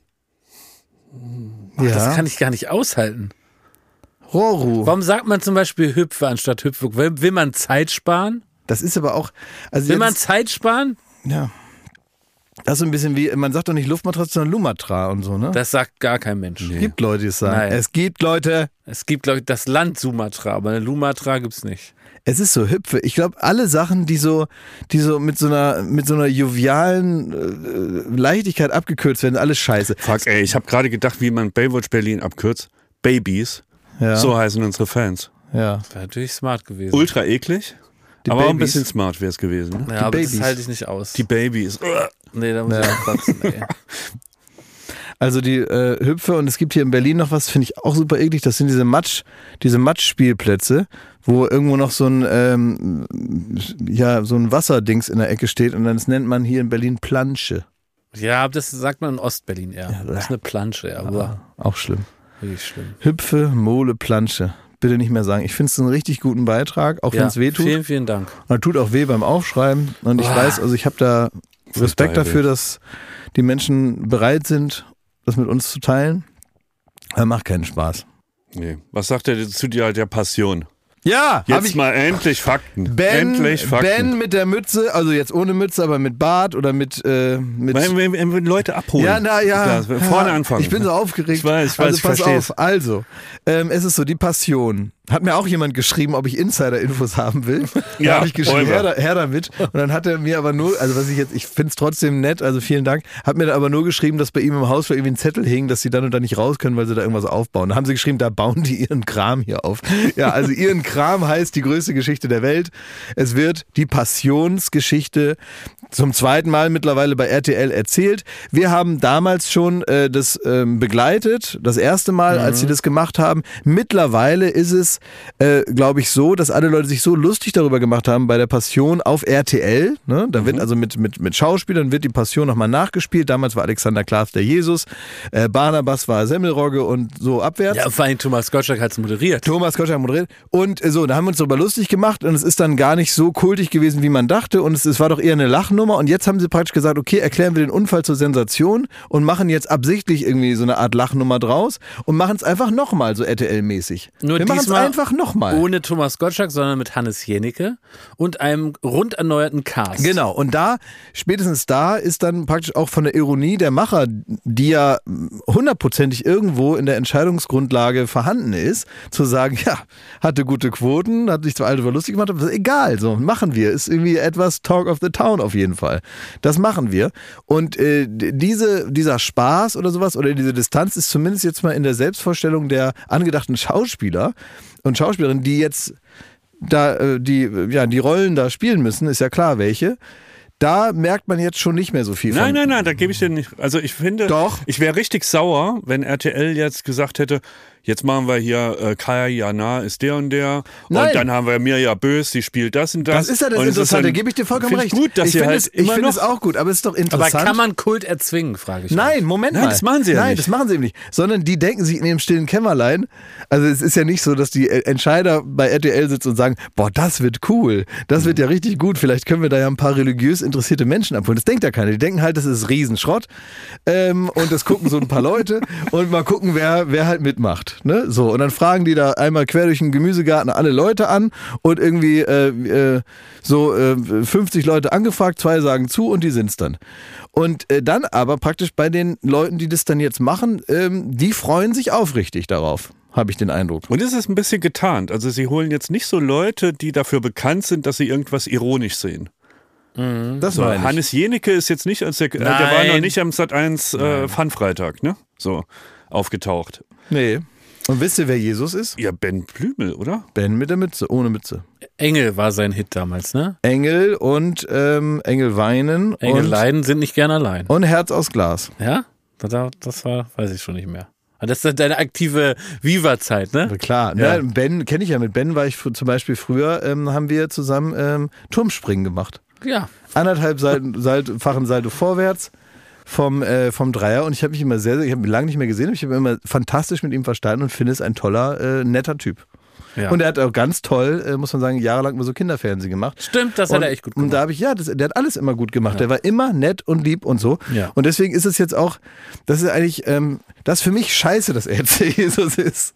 Das kann ich gar nicht aushalten. Roru. Warum sagt man zum Beispiel Hüpfe anstatt Hüpfburg? Will man Zeit sparen? Das ist aber auch... Also will man Zeit sparen? Ja. Das ist so ein bisschen wie, man sagt doch nicht Luftmatratze, sondern Lumatra und so, ne? Das sagt gar kein Mensch. Es gibt Leute, die es sagen. Nein. Es gibt Leute... Es gibt, glaube ich, das Land Sumatra, aber eine Lumatra gibt's nicht. Es ist so Hüpfe. Ich glaube, alle Sachen, die so mit so einer jovialen Leichtigkeit abgekürzt werden, alles scheiße. Fuck, ey, ich habe gerade gedacht, wie man Baywatch Berlin abkürzt. Babies. Ja. So heißen unsere Fans. Ja. Das wäre natürlich smart gewesen. Ultra eklig, aber Babys. auch ein bisschen smart wäre es gewesen. Ne? Ja, aber Babys. das halte ich nicht aus. Die Babys. Nee, da muss ich auch kotzen, ey. Also die Hüpfe, und es gibt hier in Berlin noch was, finde ich auch super eklig, das sind diese Matschspielplätze, wo irgendwo noch so ein Wasserdings in der Ecke steht und das nennt man hier in Berlin Plansche. Ja, das sagt man in Ostberlin eher. Ja, das ist eine Plansche, ja. Aber auch schlimm. Wirklich schlimm. Hüpfe, Mole, Plansche. Bitte nicht mehr sagen. Ich finde es einen richtig guten Beitrag, auch wenn es weh tut. Vielen, vielen Dank. Und tut auch weh beim Aufschreiben. Und ich weiß, also ich habe da Respekt dafür, dass die Menschen bereit sind, das mit uns zu teilen. Aber macht keinen Spaß. Nee. Was sagt er zu dir der Passion? Ja, jetzt mal endlich Fakten. Endlich Fakten. Ben mit der Mütze, also jetzt ohne Mütze, aber mit Bart oder mit wenn Leute abholen. Ja. Vorne anfangen. Ich bin so aufgeregt. Ich weiß, also ich pass verstehe. auf. Also, es ist so, die Passion. Hat mir auch jemand geschrieben, ob ich Insider-Infos haben will. Da habe ich geschrieben, her damit. Und dann hat er mir aber nur, also ich finde es trotzdem nett, also vielen Dank, hat mir da aber nur geschrieben, dass bei ihm im Haus irgendwie ein Zettel hing, dass sie dann und dann nicht raus können, weil sie da irgendwas aufbauen. Da haben sie geschrieben, da bauen die ihren Kram hier auf. Ja, also ihren Kram heißt die größte Geschichte der Welt. Es wird die Passionsgeschichte zum zweiten Mal mittlerweile bei RTL erzählt. Wir haben damals schon das begleitet, das erste Mal, als sie das gemacht haben. Mittlerweile ist es, glaube ich, so, dass alle Leute sich so lustig darüber gemacht haben bei der Passion auf RTL. Ne? Da wird also mit Schauspielern wird die Passion nochmal nachgespielt. Damals war Alexander Klaas der Jesus, Barnabas war Semmelrogge und so abwärts. Ja, vor allem Thomas Gottschalk hat es moderiert. Und so, da haben wir uns darüber lustig gemacht und es ist dann gar nicht so kultig gewesen, wie man dachte, und es war doch eher eine Lachnummer, und jetzt haben sie praktisch gesagt, okay, erklären wir den Unfall zur Sensation und machen jetzt absichtlich irgendwie so eine Art Lachnummer draus und machen es einfach nochmal so RTL-mäßig. Wir machen es einfach nochmal. Ohne Thomas Gottschalk, sondern mit Hannes Jennecke und einem rund erneuerten Cast. Genau, und spätestens da ist dann praktisch auch von der Ironie der Macher, die ja hundertprozentig irgendwo in der Entscheidungsgrundlage vorhanden ist, zu sagen, ja, hatte gute Quoten, hat sich zwar alle lustig gemacht, aber egal, so machen wir. Ist irgendwie etwas Talk of the Town auf jeden Fall. Das machen wir. Und dieser Spaß oder sowas oder diese Distanz ist zumindest jetzt mal in der Selbstvorstellung der angedachten Schauspieler und Schauspielerinnen, die jetzt da die Rollen da spielen müssen, ist ja klar welche. Da merkt man jetzt schon nicht mehr so viel von. Nein, da gebe ich dir nicht. Also ich finde, Doch. Ich wäre richtig sauer, wenn RTL jetzt gesagt hätte, jetzt machen wir hier Kaya Jana ist der und der. Nein. Und dann haben wir Mirja Bös, die spielt das und das. Das ist ja das Interessante, da gebe ich dir vollkommen recht. Gut, dass ich finde es auch gut, aber es ist doch interessant. Aber kann man Kult erzwingen, frage ich mich. Nein, Moment mal. Das machen sie ja nicht. Nein, das machen sie eben nicht. Sondern die denken sich in ihrem stillen Kämmerlein, also es ist ja nicht so, dass die Entscheider bei RTL sitzen und sagen, boah, das wird cool, das wird ja richtig gut, vielleicht können wir da ja ein paar religiös interessierte Menschen abholen. Das denkt ja keiner. Die denken halt, das ist Riesenschrott und das gucken so ein paar Leute und mal gucken, wer halt mitmacht. Ne? So, und dann fragen die da einmal quer durch den Gemüsegarten alle Leute an und irgendwie 50 Leute angefragt, 2 sagen zu und die sind's dann. Und dann aber praktisch bei den Leuten, die das dann jetzt machen, die freuen sich aufrichtig darauf, habe ich den Eindruck. Und es ist ein bisschen getarnt. Also sie holen jetzt nicht so Leute, die dafür bekannt sind, dass sie irgendwas ironisch sehen. Das war Hannes Jenecke ist jetzt nicht, der war noch nicht am Sat.1 Fun-Freitag, ne? So aufgetaucht. Nee. Und wisst ihr, wer Jesus ist? Ja, Ben Blümel, oder? Ben mit der Mütze, ohne Mütze. Engel war sein Hit damals, ne? Engel und Engel weinen. Engel leiden sind nicht gern allein. Und Herz aus Glas. Ja? Das war, weiß ich schon nicht mehr. Das ist deine aktive Viva-Zeit, ne? Klar. Ja. Ne, Ben kenne ich ja. Mit Ben war ich zum Beispiel früher, haben wir zusammen Turmspringen gemacht. Ja. 1,5 fachen Salto vorwärts vom Dreier und ich habe mich immer ich habe ihn lange nicht mehr gesehen, aber ich habe mich immer fantastisch mit ihm verstanden und finde es ein toller, netter Typ. Ja. Und er hat auch ganz toll, muss man sagen, jahrelang immer so Kinderfernsehen gemacht. Stimmt, das hat er echt gut gemacht. Und da habe ich, der hat alles immer gut gemacht. Ja. Der war immer nett und lieb und so. Ja. Und deswegen ist es jetzt auch, das ist eigentlich, das ist für mich scheiße, dass er jetzt Jesus ist.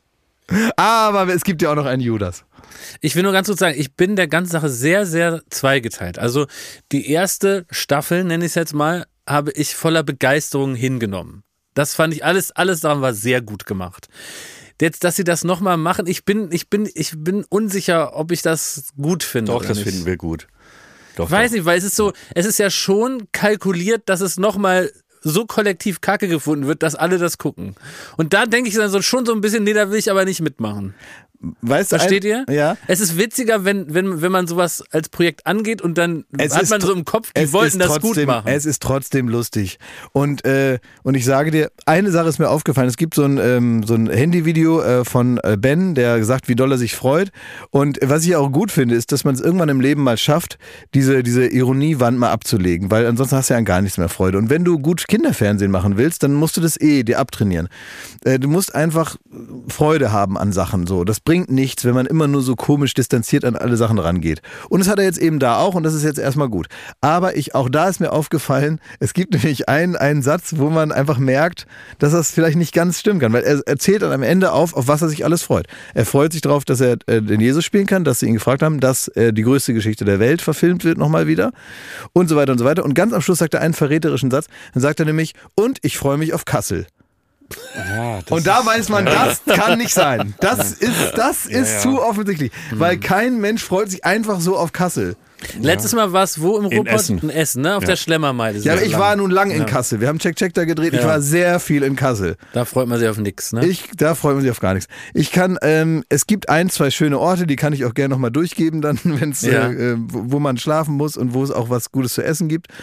Aber es gibt ja auch noch einen Judas. Ich will nur ganz kurz sagen, ich bin der ganzen Sache sehr, sehr zweigeteilt. Also die erste Staffel, nenne ich es jetzt mal, habe ich voller Begeisterung hingenommen. Das fand ich, alles daran war sehr gut gemacht. Jetzt, dass sie das nochmal machen, ich bin unsicher, ob ich das gut finde. Doch, das finden wir gut. Doch, weiß nicht, weil es ist ja schon kalkuliert, dass es nochmal so kollektiv Kacke gefunden wird, dass alle das gucken. Und da denke ich dann schon so ein bisschen, nee, da will ich aber nicht mitmachen. Versteht ihr? Ja. Es ist witziger, wenn man sowas als Projekt angeht und dann hat man so im Kopf, die wollten das gut machen. Es ist trotzdem lustig. Und ich sage dir, eine Sache ist mir aufgefallen. Es gibt so ein Handyvideo von Ben, der sagt, wie doll er sich freut. Und was ich auch gut finde, ist, dass man es irgendwann im Leben mal schafft, diese Ironiewand mal abzulegen, weil ansonsten hast du ja an gar nichts mehr Freude. Und wenn du gut Kinderfernsehen machen willst, dann musst du das dir abtrainieren. Du musst einfach Freude haben an Sachen. So, das bringt nichts, wenn man immer nur so komisch distanziert an alle Sachen rangeht. Und das hat er jetzt eben da auch und das ist jetzt erstmal gut. Aber auch da ist mir aufgefallen, es gibt nämlich einen Satz, wo man einfach merkt, dass das vielleicht nicht ganz stimmen kann, weil er erzählt dann am Ende auf was er sich alles freut. Er freut sich darauf, dass er den Jesus spielen kann, dass sie ihn gefragt haben, dass die größte Geschichte der Welt verfilmt wird nochmal wieder und so weiter und so weiter. Und ganz am Schluss sagt er einen verräterischen Satz, dann sagt er nämlich, und ich freue mich auf Kassel. Ja, und da weiß man, das kann nicht sein. Das ist zu offensichtlich. Weil kein Mensch freut sich einfach so auf Kassel. Letztes Mal war es wo im Ruhrpott? In Essen, ne? Auf der Schlemmermeile. Ja, aber ich war nun lange in Kassel. Wir haben Check da gedreht. Ich war sehr viel in Kassel. Da freut man sich auf nichts, ne? Da freut man sich auf gar nichts. Es gibt 1, 2 schöne Orte, die kann ich auch gerne nochmal durchgeben, dann, wenn's, wo man schlafen muss und wo es auch was Gutes zu essen gibt.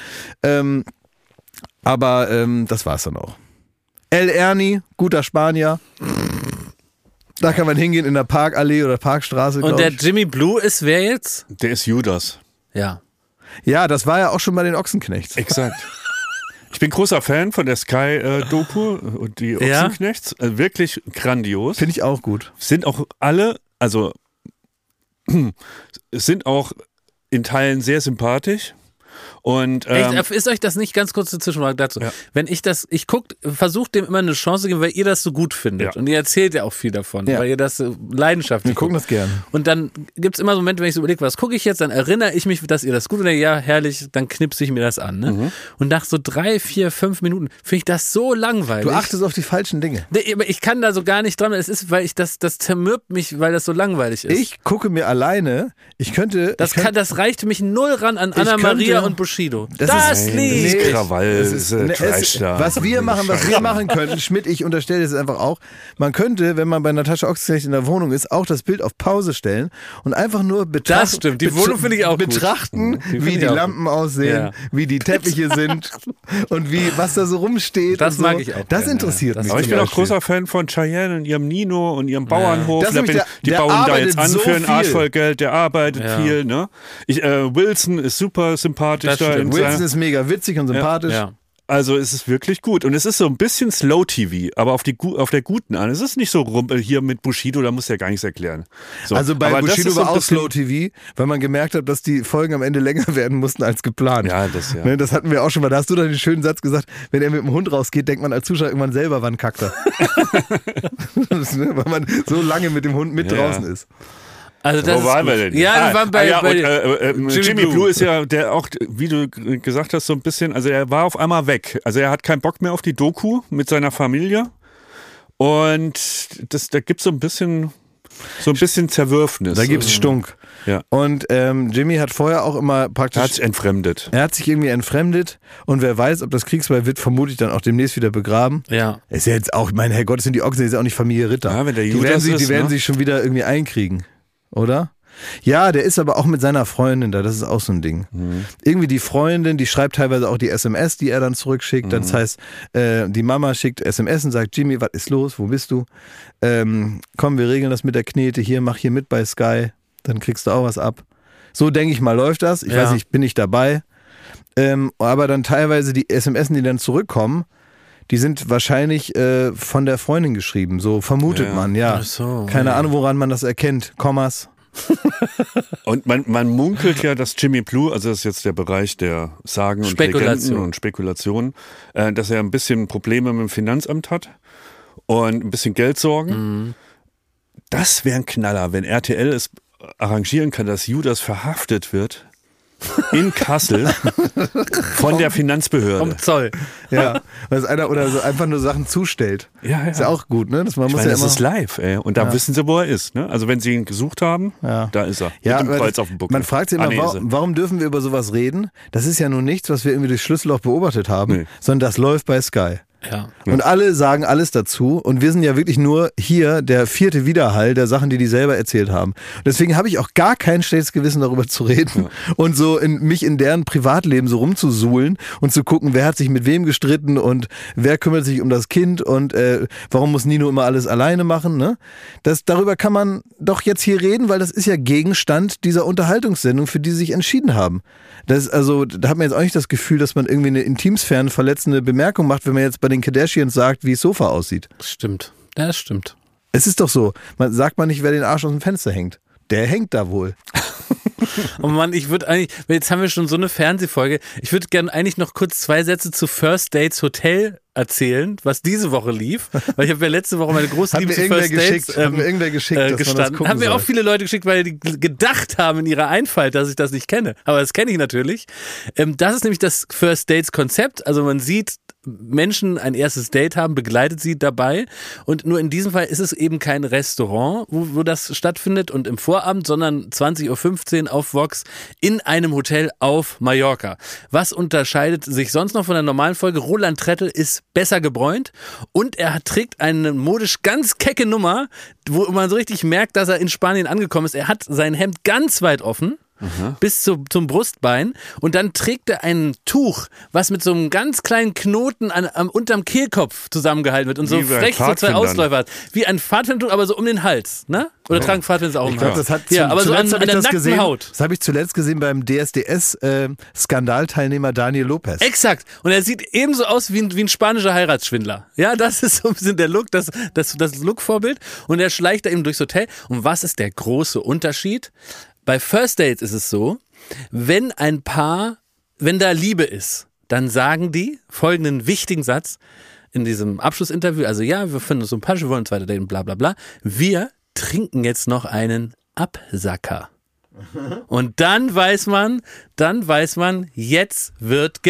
Aber das war's dann auch. El Erni, guter Spanier. Da kann man hingehen in der Parkallee oder Parkstraße. Und der Jimmy Blue ist wer jetzt? Der ist Judas. Ja. Ja, das war ja auch schon bei den Ochsenknechts. Exakt. Ich bin großer Fan von der Sky-Doku und die Ochsenknechts. Wirklich grandios. Finde ich auch gut. Sind auch alle, also sind auch in Teilen sehr sympathisch. Und, echt, ist euch das nicht, ganz kurz eine Zwischenfrage dazu, wenn ich versucht dem immer eine Chance zu geben, weil ihr das so gut findet und ihr erzählt ja auch viel davon, weil ihr das leidenschaftlich Wir gucken das gerne. Und dann gibt es immer so Momente, wenn ich so überlege, was gucke ich jetzt, dann erinnere ich mich, dass ihr das gut findet, ja, herrlich, dann knipse ich mir das an. Ne? Und nach so 3, 4, 5 Minuten finde ich das so langweilig. Du achtest auf die falschen Dinge. Aber ich kann da so gar nicht dran, es ist, weil das zermürbt mich, weil das so langweilig ist. Ich gucke mir alleine, das reicht für mich null ran an Anna-Maria und Bushido. Das Lied. Krawall, was wir machen könnten, Schmidt, ich unterstelle es einfach auch, man könnte, wenn man bei Natascha Ochsenknecht in der Wohnung ist, auch das Bild auf Pause stellen und einfach nur betrachten. Das stimmt, die Wohnung finde ich auch betrachten, wie die Lampen aussehen, wie die Teppiche sind und was da so rumsteht. Das und mag so. ich auch. Das interessiert mich. Aber ich bin auch großer Fan von Cheyenne und ihrem Nino und ihrem Bauernhof. Die bauen da jetzt an für ein Arsch voll Geld, der arbeitet viel. Ne? Wilson ist super sympathisch. Wilson ist mega witzig und sympathisch. Ja. Also es ist wirklich gut. Und es ist so ein bisschen Slow-TV, aber auf der guten Art. Es ist nicht so Rumpel hier mit Bushido, da muss ja gar nichts erklären. So. Also bei Bushido war auch Slow-TV, weil man gemerkt hat, dass die Folgen am Ende länger werden mussten als geplant. Ja. Ne, das hatten wir auch schon mal. Da hast du dann den schönen Satz gesagt, wenn er mit dem Hund rausgeht, denkt man als Zuschauer irgendwann selber, wann kackt er. Weil man so lange mit dem Hund mit draußen ist. Also das Wo waren wir denn? Ja, wir waren bei Jimmy Blue ist ja der auch, wie du gesagt hast, so ein bisschen, also er war auf einmal weg. Also er hat keinen Bock mehr auf die Doku mit seiner Familie und da gibt es so ein bisschen Zerwürfnis. Da gibt es Stunk. Ja. Und Jimmy hat vorher auch immer praktisch... Er hat sich entfremdet. Er hat sich irgendwie entfremdet und wer weiß, ob das Kriegsbeil wird vermutlich dann auch demnächst wieder begraben. Ja. Ist ja jetzt auch, mein Herrgott, sind die Ochsen, ist ja auch nicht Familie Ritter. Ja, wenn der die werden sich schon wieder irgendwie einkriegen. Oder? Ja, der ist aber auch mit seiner Freundin da, das ist auch so ein Ding. Mhm. Irgendwie die Freundin, die schreibt teilweise auch die SMS, die er dann zurückschickt. Das heißt, die Mama schickt SMS und sagt, Jimmy, was ist los, wo bist du? Komm, wir regeln das mit der Knete, mach hier mit bei Sky, dann kriegst du auch was ab. So denke ich mal, läuft das. Ich weiß nicht, bin ich dabei. Aber dann teilweise die SMS, die dann zurückkommen, die sind wahrscheinlich von der Freundin geschrieben, so vermutet man, ja. Ach so, keine Ahnung, woran man das erkennt. Kommas. Und man munkelt ja, dass Jimmy Blue, also das ist jetzt der Bereich der Sagen und Legenden und Spekulationen, dass er ein bisschen Probleme mit dem Finanzamt hat und ein bisschen Geldsorgen. Mhm. Das wäre ein Knaller, wenn RTL es arrangieren kann, dass Judas verhaftet wird in Kassel von der Finanzbehörde. Vom Zoll. Ja, weil es einer oder so einfach nur Sachen zustellt. Ja. Ist ja auch gut, ne? Das ist live, ey. Und da wissen sie, wo er ist. Ne? Also wenn sie ihn gesucht haben, da ist er. Ja, mit dem Kreuz auf dem Buckel. Man fragt sich immer, warum dürfen wir über sowas reden? Das ist ja nun nichts, was wir irgendwie durch Schlüsselloch beobachtet haben, sondern das läuft bei Sky. Ja. Und alle sagen alles dazu und wir sind ja wirklich nur hier der 4. Widerhall der Sachen, die selber erzählt haben. Und deswegen habe ich auch gar kein schlechtes Gewissen, darüber zu reden und so mich in deren Privatleben so rumzusuhlen und zu gucken, wer hat sich mit wem gestritten und wer kümmert sich um das Kind und warum muss Nino immer alles alleine machen. Ne? Darüber kann man doch jetzt hier reden, weil das ist ja Gegenstand dieser Unterhaltungssendung, für die sie sich entschieden haben. Da hat man jetzt auch nicht das Gefühl, dass man irgendwie eine Intimsphären verletzende Bemerkung macht, wenn man jetzt bei den Kardashians sagt, wie das Sofa aussieht. Stimmt. Ja, das stimmt. Es ist doch so. Sagt man nicht, wer den Arsch aus dem Fenster hängt. Der hängt da wohl. Oh Mann, ich würde eigentlich, jetzt haben wir schon so eine Fernsehfolge, ich würde gerne eigentlich noch kurz 2 Sätze zu First Dates Hotel erzählen, was diese Woche lief, weil ich habe ja letzte Woche meine große Liebe zu First Dates gestanden. Haben mir auch viele Leute geschickt, weil die gedacht haben in ihrer Einfalt, dass ich das nicht kenne. Aber das kenne ich natürlich. Das ist nämlich das First Dates Konzept. Also man sieht Menschen ein erstes Date haben, begleitet sie dabei und nur in diesem Fall ist es eben kein Restaurant, wo das stattfindet und im Vorabend, sondern 20.15 Uhr auf Vox in einem Hotel auf Mallorca. Was unterscheidet sich sonst noch von der normalen Folge? Roland Trettel ist besser gebräunt und er trägt eine modisch ganz kecke Nummer, wo man so richtig merkt, dass er in Spanien angekommen ist. Er hat sein Hemd ganz weit offen. Bis zum Brustbein und dann trägt er ein Tuch, was mit so einem ganz kleinen Knoten unterm Kehlkopf zusammengehalten wird und so frech so 2 Ausläufer hat. Wie ein Pfadfindertuch, aber so um den Hals, ne? Oder tragen Pfadfinder auch um den Hals? Das hat aber so an der nackten Haut. Das habe ich zuletzt gesehen beim DSDS-Skandalteilnehmer Daniel Lopez. Exakt. Und er sieht ebenso aus wie ein spanischer Heiratsschwindler. Ja, das ist so ein bisschen der Look, das Look-Vorbild. Und er schleicht da eben durchs Hotel. Und was ist der große Unterschied? Bei First Dates ist es so, wenn da Liebe ist, dann sagen die folgenden wichtigen Satz in diesem Abschlussinterview, also ja, wir finden uns sympathisch, wir wollen uns weiter daten, bla bla bla. Wir trinken jetzt noch einen Absacker. Und dann weiß man, jetzt wird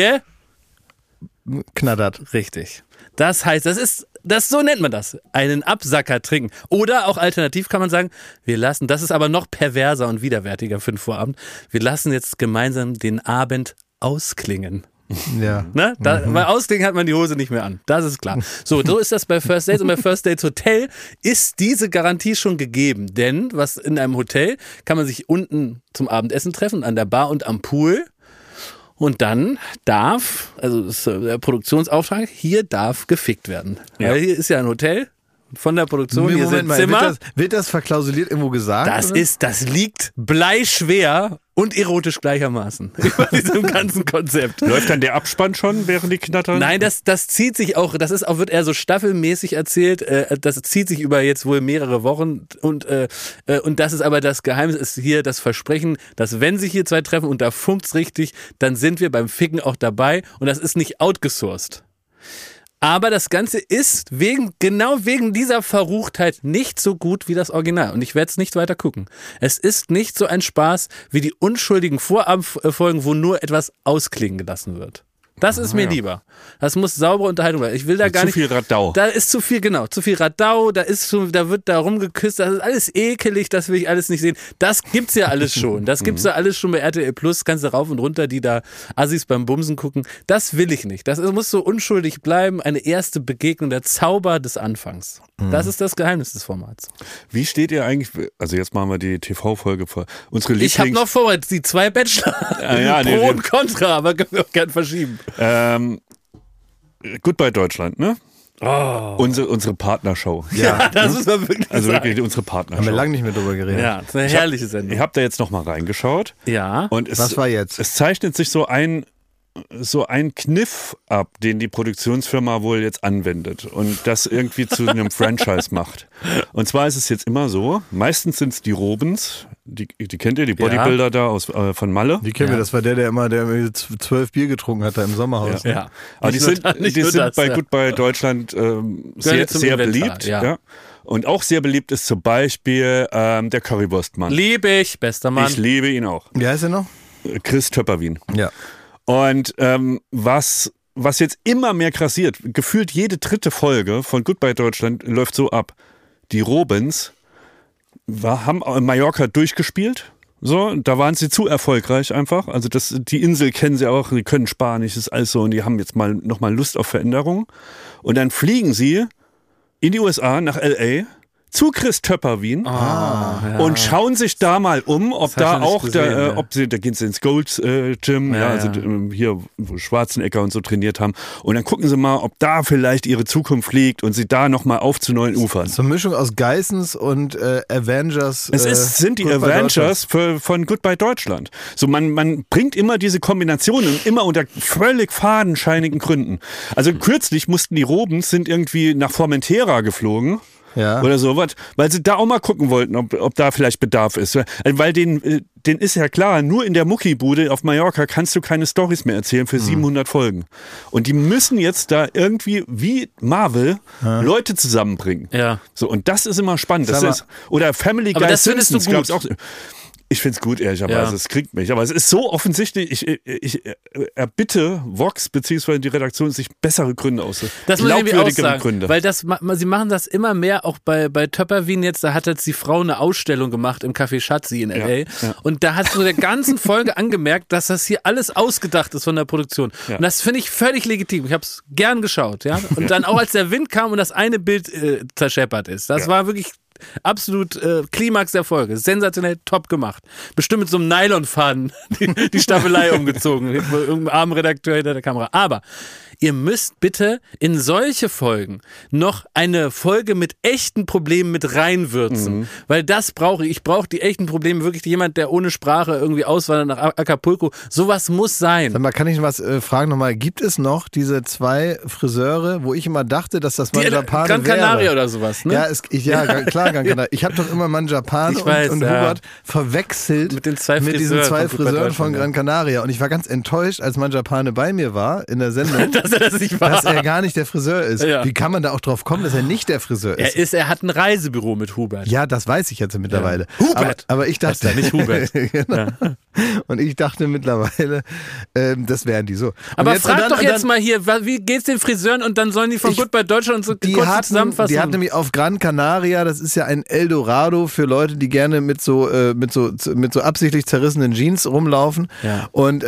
knattert. Richtig. Das heißt, so nennt man das, einen Absacker trinken. Oder auch alternativ kann man sagen, das ist aber noch perverser und widerwärtiger für den Vorabend, wir lassen jetzt gemeinsam den Abend ausklingen. Ja. Ne? Bei Ausklingen hat man die Hose nicht mehr an. Das ist klar. So ist das bei First Dates und bei First Dates Hotel ist diese Garantie schon gegeben. Denn was in einem Hotel kann man sich unten zum Abendessen treffen, an der Bar und am Pool. Und dann darf, also das ist der Produktionsauftrag, hier darf gefickt werden. Ja. Weil hier ist ja ein Hotel. Von der Produktion, hier sind Zimmer. Wird das verklausuliert irgendwo gesagt? Das liegt bleischwer und erotisch gleichermaßen über diesem ganzen Konzept. Läuft dann der Abspann schon, während die knattern? Nein, das zieht sich auch, wird eher so staffelmäßig erzählt, das zieht sich über jetzt wohl mehrere Wochen und das ist aber das Geheimnis, ist hier das Versprechen, dass wenn sich hier zwei treffen und da funkt's richtig, dann sind wir beim Ficken auch dabei und das ist nicht outgesourced. Aber das Ganze ist genau wegen dieser Verruchtheit nicht so gut wie das Original. Und ich werde es nicht weiter gucken. Es ist nicht so ein Spaß wie die unschuldigen Vorabfolgen, wo nur etwas ausklingen gelassen wird. Das ist mir lieber. Das muss saubere Unterhaltung sein. Ich will da gar nicht. Zu viel Radau. Da ist zu viel, genau. Zu viel Radau, da wird da rumgeküsst, das ist alles ekelig, das will ich alles nicht sehen. Das gibt's ja alles schon. Das gibt's ja alles schon bei RTL Plus. Kannst du rauf und runter, die da Assis beim Bumsen gucken. Das will ich nicht. Das muss so unschuldig bleiben. Eine erste Begegnung, der Zauber des Anfangs. Das ist das Geheimnis des Formats. Wie steht ihr eigentlich, also jetzt machen wir die TV-Folge vor. Ich habe noch vorbereitet, die 2 Bachelor. Pro und Contra, aber können wir auch gern verschieben. Goodbye Deutschland, ne? Oh. Unsere Partnershow. Ja, das ist wir wirklich Also sagen. wirklich unsere Partnershow. Haben wir lange nicht mehr drüber geredet. Ja, das ist eine herrliche Sendung. Ich habe da jetzt noch mal reingeschaut. Ja. Und was war jetzt? Es zeichnet sich so ein Kniff ab, den die Produktionsfirma wohl jetzt anwendet und das irgendwie zu einem Franchise macht. Und zwar ist es jetzt immer so, meistens sind es die Robens, die kennt ihr, die Bodybuilder da von Malle. Die kennen wir, das war der immer 12 Bier getrunken hat da im Sommerhaus. Ja. Aber die sind bei Goodbye Deutschland sehr beliebt. Ja. Und auch sehr beliebt ist zum Beispiel der Currywurstmann. Liebe ich, bester Mann. Ich liebe ihn auch. Wie heißt er noch? Chris Töpperwien. Ja. Und was jetzt immer mehr grassiert, gefühlt jede 3. Folge von Goodbye Deutschland läuft so ab. Die Robins haben Mallorca durchgespielt. So, da waren sie zu erfolgreich einfach. Also die Insel kennen sie auch, sie können Spanisch, ist alles so und die haben jetzt nochmal Lust auf Veränderung. Und dann fliegen sie in die USA nach L.A., zu Chris Töpperwien und schauen sich da mal um, ob da auch, da gehen sie ins Gold Gym, also hier, wo Schwarzenegger und so trainiert haben. Und dann gucken sie mal, ob da vielleicht ihre Zukunft liegt und sie da nochmal auf zu neuen Ufern. So eine Mischung aus Geissens und Avengers. Sind die Avengers von Goodbye Deutschland. So, man bringt immer diese Kombinationen, immer unter völlig fadenscheinigen Gründen. Also kürzlich mussten die Robens, sind irgendwie nach Formentera geflogen. Ja. Oder sowas, weil sie da auch mal gucken wollten, ob da vielleicht Bedarf ist. Weil denen ist ja klar, nur in der Muckibude auf Mallorca kannst du keine Storys mehr erzählen für 700 Folgen. Und die müssen jetzt da irgendwie, wie Marvel, Leute zusammenbringen. Ja. So, und das ist immer spannend. Oder Family Guy Simpsons gab's auch. Ich find's gut, ehrlicherweise. Es kriegt mich. Aber es ist so offensichtlich, ich erbitte Vox bzw. die Redaktion, sich bessere Gründe auszudenken. Das muss ich irgendwie auch sagen, Gründe. Weil sie machen das immer mehr, auch bei Töpperwien jetzt, da hat jetzt die Frau eine Ausstellung gemacht im Café Schatzi in L.A. Ja. Und da hast du der ganzen Folge angemerkt, dass das hier alles ausgedacht ist von der Produktion. Ja. Und das finde ich völlig legitim. Ich habe es gern geschaut. Ja? Und dann auch, als der Wind kam und das eine Bild zerscheppert ist. Das war wirklich absolut Klimax der Folge. Sensationell, top gemacht. Bestimmt mit so einem Nylonfaden die Staffelei umgezogen. Irgendein armer Redakteur hinter der Kamera. Aber ihr müsst bitte in solche Folgen noch eine Folge mit echten Problemen mit reinwürzen. Weil das brauche ich. Ich brauche die echten Probleme. Wirklich jemand, der ohne Sprache irgendwie auswandert nach Acapulco. Sowas muss sein. Sag mal, kann ich was fragen nochmal? Gibt es noch diese 2 Friseure, wo ich immer dachte, dass das Manjapane Gran Canaria oder sowas, ne? Ja, klar, Gran Canaria. Ich habe doch immer Manjapane und Hubert verwechselt mit diesen 2 Friseuren von Gran Canaria. Und ich war ganz enttäuscht, als Manjapane bei mir war in der Sendung. Dass er gar nicht der Friseur ist. Ja. Wie kann man da auch drauf kommen, dass er nicht der Friseur ist? Er hat ein Reisebüro mit Hubert. Ja, das weiß ich jetzt mittlerweile. Ja. Hubert! Aber ich dachte... nicht Hubert. Genau. Ja. Und ich dachte mittlerweile, das wären die so. Aber frag doch jetzt mal hier, wie geht's den Friseuren und dann sollen die von Goodbye Deutschland und so die kurze Zusammenfassung. Die hat nämlich auf Gran Canaria, das ist ja ein Eldorado für Leute, die gerne mit so absichtlich zerrissenen Jeans rumlaufen. Ja. Und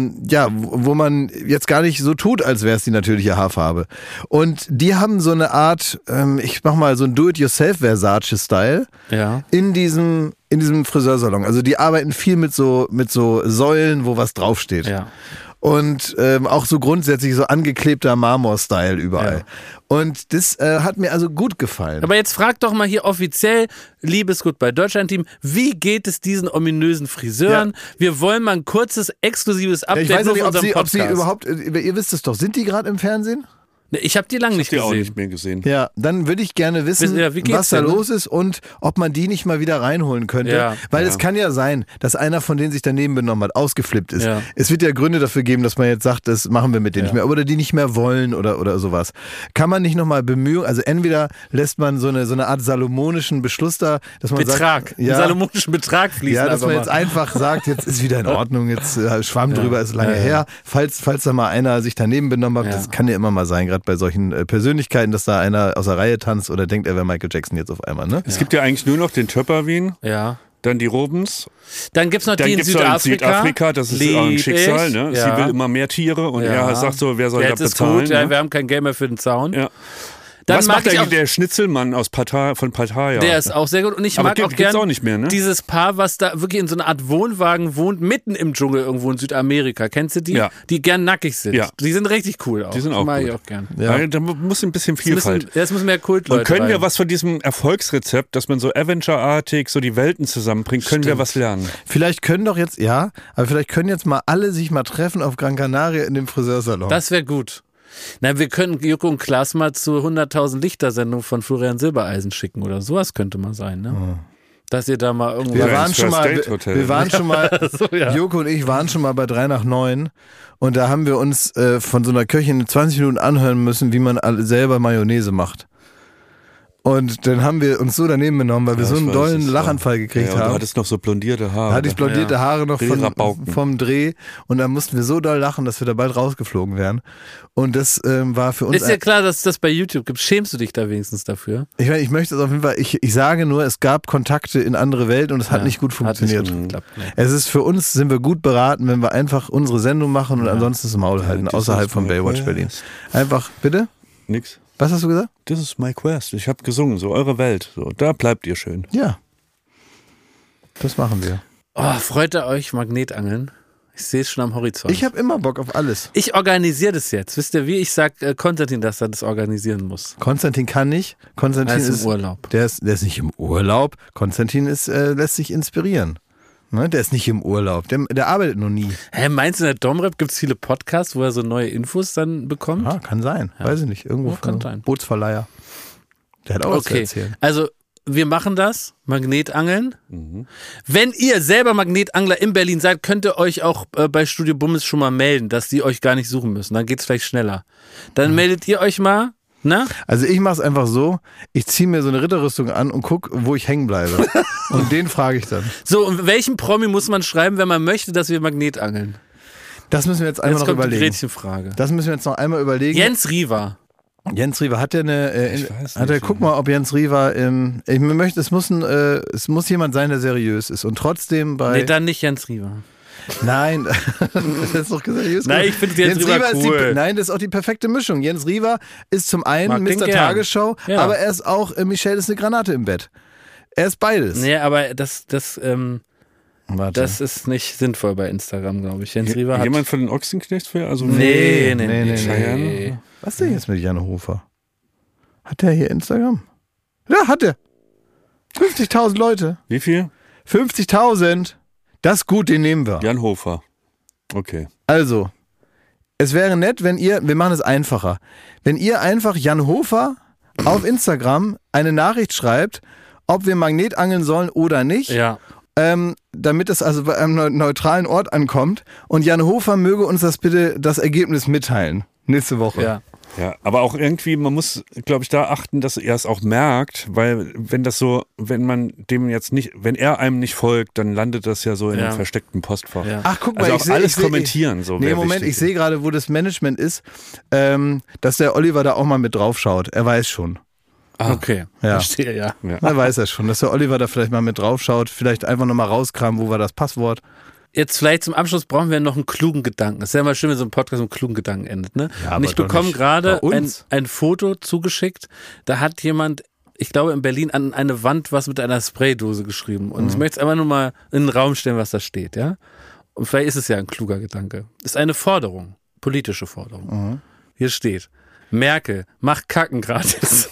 wo man jetzt gar nicht so tut, als wäre es die natürliche Haarfarbe. Und die haben so eine Art, ich mach mal so ein Do-it-yourself-Versace-Style in diesem Friseursalon. Also die arbeiten viel mit so Säulen, wo was draufsteht. Ja. Und auch so grundsätzlich so angeklebter Marmor-Style überall. Ja. Und das hat mir also gut gefallen. Aber jetzt frag doch mal hier offiziell, liebes Goodbye Deutschland-Team, wie geht es diesen ominösen Friseuren? Ja. Wir wollen mal ein kurzes, exklusives Update ich weiß nicht, ob sie überhaupt, ihr wisst es doch, sind die gerade im Fernsehen? Ich habe die lange nicht gesehen. Auch nicht mehr gesehen. Ja, dann würde ich gerne wissen, was da los ist und ob man die nicht mal wieder reinholen könnte. Ja. Weil es kann ja sein, dass einer von denen sich daneben benommen hat, ausgeflippt ist. Ja. Es wird ja Gründe dafür geben, dass man jetzt sagt, das machen wir mit denen nicht mehr. Oder die nicht mehr wollen oder sowas. Kann man nicht nochmal bemühen, also entweder lässt man so eine Art salomonischen Beschluss da, dass man sagt, einen salomonischen Betrag fließen. Ja, dass man jetzt einfach sagt, jetzt ist wieder in Ordnung, jetzt Schwamm drüber, ist lange her. Falls da mal einer sich daneben benommen hat, das kann ja immer mal sein, gerade bei solchen Persönlichkeiten, dass da einer aus der Reihe tanzt oder denkt, er wäre Michael Jackson jetzt auf einmal. Ne? Es gibt ja eigentlich nur noch den Töpperwien, dann die Robens. Dann gibt es noch die in Südafrika. Das ist auch ein Schicksal. Ne? Ja. Sie will immer mehr Tiere und er sagt so, wer soll das bezahlen? Gut, wir haben kein Geld mehr für den Zaun. Ja. Dann was macht eigentlich der Schnitzelmann von Pattaya? Der ist auch sehr gut. Und ich mag auch gerne auch nicht mehr, ne? dieses Paar, was da wirklich in so einer Art Wohnwagen wohnt, mitten im Dschungel irgendwo in Südamerika. Kennst du die? Ja. Die gern nackig sind. Ja. Die sind richtig cool auch. Die sind auch mag gut. Ich auch gern. Ja. Da muss ein bisschen Vielfalt. Es müssen mehr Kultleute Und können wir was von diesem Erfolgsrezept, dass man so Avenger-artig so die Welten zusammenbringt, können wir was lernen? Vielleicht können jetzt mal alle sich mal treffen auf Gran Canaria in dem Friseursalon. Das wäre gut. Na, wir können Joko und Klaas mal zur 100.000 Lichter-Sendung von Florian Silbereisen schicken oder sowas könnte mal sein, ne? Ja. Dass ihr da mal irgendwo... Wir waren schon mal, so, Joko und ich waren schon mal bei 3 nach 9 und da haben wir uns von so einer Köchin 20 Minuten anhören müssen, wie man selber Mayonnaise macht. Und dann haben wir uns so daneben benommen, weil wir so einen dollen Lachanfall gekriegt haben. Du hattest noch so blondierte Haare. Da hatte ich blondierte Haare noch vom Dreh und dann mussten wir so doll lachen, dass wir da bald rausgeflogen wären. Und das war für uns... Ist ja klar, dass es das bei YouTube gibt. Schämst du dich da wenigstens dafür? Ich möchte es auf jeden Fall... Ich sage nur, es gab Kontakte in andere Welten und es hat nicht gut funktioniert. Hat nicht gut geklappt, ne. Es ist für uns, sind wir gut beraten, wenn wir einfach unsere Sendung machen und ansonsten das Maul halten, außerhalb von Baywatch Berlin. Einfach, bitte? Nix. Was hast du gesagt? This is my quest. Ich habe gesungen, so eure Welt. So, da bleibt ihr schön. Ja. Das machen wir. Oh, freut ihr euch Magnetangeln? Ich sehe es schon am Horizont. Ich habe immer Bock auf alles. Ich organisiere das jetzt. Wisst ihr wie? Ich sag Konstantin, dass er das organisieren muss. Konstantin kann nicht. Konstantin ist im Urlaub. Der ist nicht im Urlaub. Konstantin lässt sich inspirieren. Ne, der ist nicht im Urlaub, der arbeitet noch nie. Meinst du, in der Domrep gibt es viele Podcasts, wo er so neue Infos dann bekommt? Ja, kann sein, weiß ich nicht. Irgendwo kann sein. Bootsverleiher. Der hat auch was zu erzählen. Also wir machen das, Magnetangeln. Mhm. Wenn ihr selber Magnetangler in Berlin seid, könnt ihr euch auch bei Studio Bummes schon mal melden, dass die euch gar nicht suchen müssen. Dann geht es vielleicht schneller. Dann meldet ihr euch mal. Na? Also ich mache es einfach so, ich ziehe mir so eine Ritterrüstung an und gucke, wo ich hängen bleibe. Und den frage ich dann. So, und welchen Promi muss man schreiben, wenn man möchte, dass wir Magnetangeln? Das müssen wir jetzt einmal noch überlegen. Die Gretchenfrage. Das müssen wir jetzt noch einmal überlegen. Jens Riva. Hat der eine, guck mal, ob Jens Riva es muss jemand sein, der seriös ist. Und trotzdem bei... Nee, dann nicht Jens Riva. Nein, das ist doch seriös. Nein, ich finde Jens Riva cool. Nein, das ist auch die perfekte Mischung. Jens Riva ist zum einen Mr. Tagesschau, aber er ist auch Michelle ist eine Granate im Bett. Er ist beides. Nee, aber das ist nicht sinnvoll bei Instagram, glaube ich. Jens Riva hat... Jemand von den Ochsenknechts? Nee. Was ist denn jetzt mit Jan Hofer? Hat der hier Instagram? Ja, hat er. 50.000 Leute. Wie viel? 50.000. Das ist gut, den nehmen wir. Jan Hofer. Okay. Also, es wäre nett, wir machen es einfacher. Wenn ihr einfach Jan Hofer auf Instagram eine Nachricht schreibt, ob wir Magnetangeln sollen oder nicht, damit es also bei einem neutralen Ort ankommt und Jan Hofer möge uns das Ergebnis mitteilen. Nächste Woche. Ja. Ja, aber auch irgendwie, man muss, glaube ich, da achten, dass er es auch merkt, weil wenn er einem nicht folgt, dann landet das ja so in einem versteckten Postfach. Ja. Ach, guck mal, also alles kommentieren. Moment, ich sehe gerade, wo das Management ist, dass der Oliver da auch mal mit drauf schaut. Er weiß schon. Ah, okay, verstehe, ja. Er weiß ja schon, dass der Oliver da vielleicht mal mit drauf schaut, vielleicht einfach nochmal rauskramen, wo war das Passwort. Jetzt vielleicht zum Abschluss brauchen wir noch einen klugen Gedanken. Es ist ja immer schön, wenn so ein Podcast mit einem klugen Gedanken endet. Ne? Ja, und ich bekomme gerade ein Foto zugeschickt, da hat jemand, ich glaube in Berlin, an eine Wand was mit einer Spraydose geschrieben. Und ich möchte es einfach nur mal in den Raum stellen, was da steht. Ja? Und vielleicht ist es ja ein kluger Gedanke. Ist eine Forderung, politische Forderung. Hier steht, Merkel, mach Kacken gratis.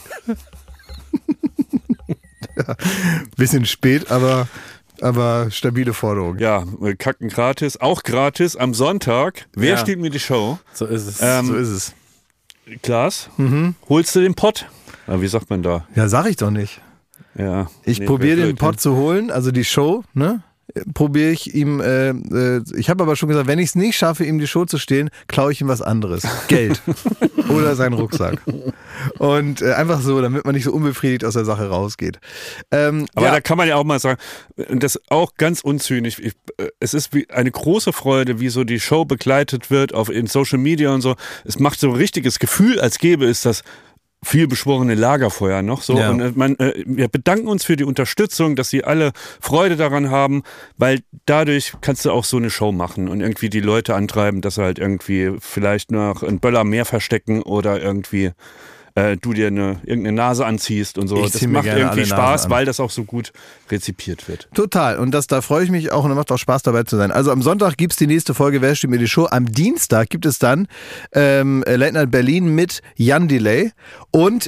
Ja, bisschen spät, aber stabile Forderung. Ja, Kacken gratis, auch gratis am Sonntag. Wer stiehlt mir die Show? So ist es. So ist es. Klaas, holst du den Pott? Wie sagt man da? Ja, sag ich doch nicht. Ja. Ich probiere den Pott zu holen, also die Show, ne? Probiere ich ihm, ich habe aber schon gesagt, wenn ich es nicht schaffe, ihm die Show zu stehlen, klaue ich ihm was anderes. Geld. Oder seinen Rucksack. Und einfach so, damit man nicht so unbefriedigt aus der Sache rausgeht. Aber da kann man ja auch mal sagen, und das ist auch ganz unzynisch, es ist wie eine große Freude, wie so die Show begleitet wird in Social Media und so. Es macht so ein richtiges Gefühl, als gäbe es das viel beschworene Lagerfeuer noch so. Ja. Und wir bedanken uns für die Unterstützung, dass Sie alle Freude daran haben, weil dadurch kannst du auch so eine Show machen und irgendwie die Leute antreiben, dass sie halt irgendwie vielleicht noch einen Böller mehr verstecken oder irgendwie du dir irgendeine Nase anziehst und so. Das macht irgendwie Spaß, weil das auch so gut rezipiert wird. Total. Und da freue ich mich auch und es macht auch Spaß dabei zu sein. Also am Sonntag gibt es die nächste Folge Wer stiehlt mir die Show. Am Dienstag gibt es dann Late Night Berlin mit Jan Delay. Und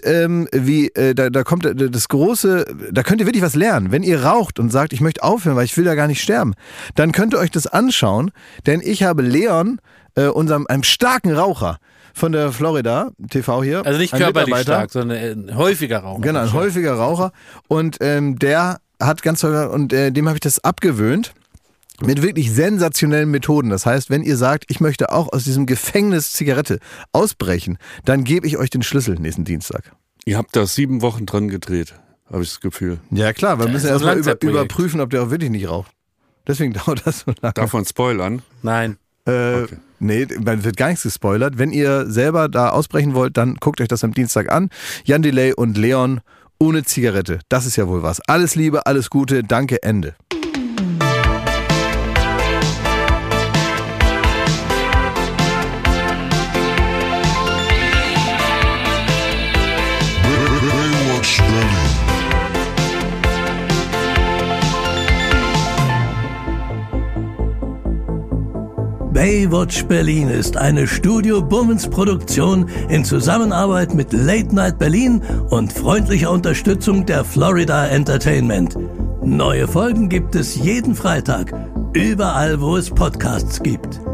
da kommt das große, da könnt ihr wirklich was lernen. Wenn ihr raucht und sagt, ich möchte aufhören, weil ich will da gar nicht sterben, dann könnt ihr euch das anschauen, denn ich habe Leon, einem starken Raucher, von der Florida TV hier. Also nicht körperlich stark, sondern ein häufiger Raucher. Genau, ein häufiger Raucher. Und der hat dem habe ich das abgewöhnt. Mit wirklich sensationellen Methoden. Das heißt, wenn ihr sagt, ich möchte auch aus diesem Gefängnis Zigarette ausbrechen, dann gebe ich euch den Schlüssel nächsten Dienstag. Ihr habt da 7 Wochen dran gedreht, habe ich das Gefühl. Ja klar, wir müssen erstmal überprüfen, ob der auch wirklich nicht raucht. Deswegen dauert das so lange. Darf man spoilern? Nein. Okay. Nee, man wird gar nichts gespoilert. Wenn ihr selber da ausbrechen wollt, dann guckt euch das am Dienstag an. Jan Delay und Leon ohne Zigarette. Das ist ja wohl was. Alles Liebe, alles Gute, danke, Ende. Baywatch Berlin ist eine Studio Bummens Produktion in Zusammenarbeit mit Late Night Berlin und freundlicher Unterstützung der Florida Entertainment. Neue Folgen gibt es jeden Freitag, überall wo es Podcasts gibt.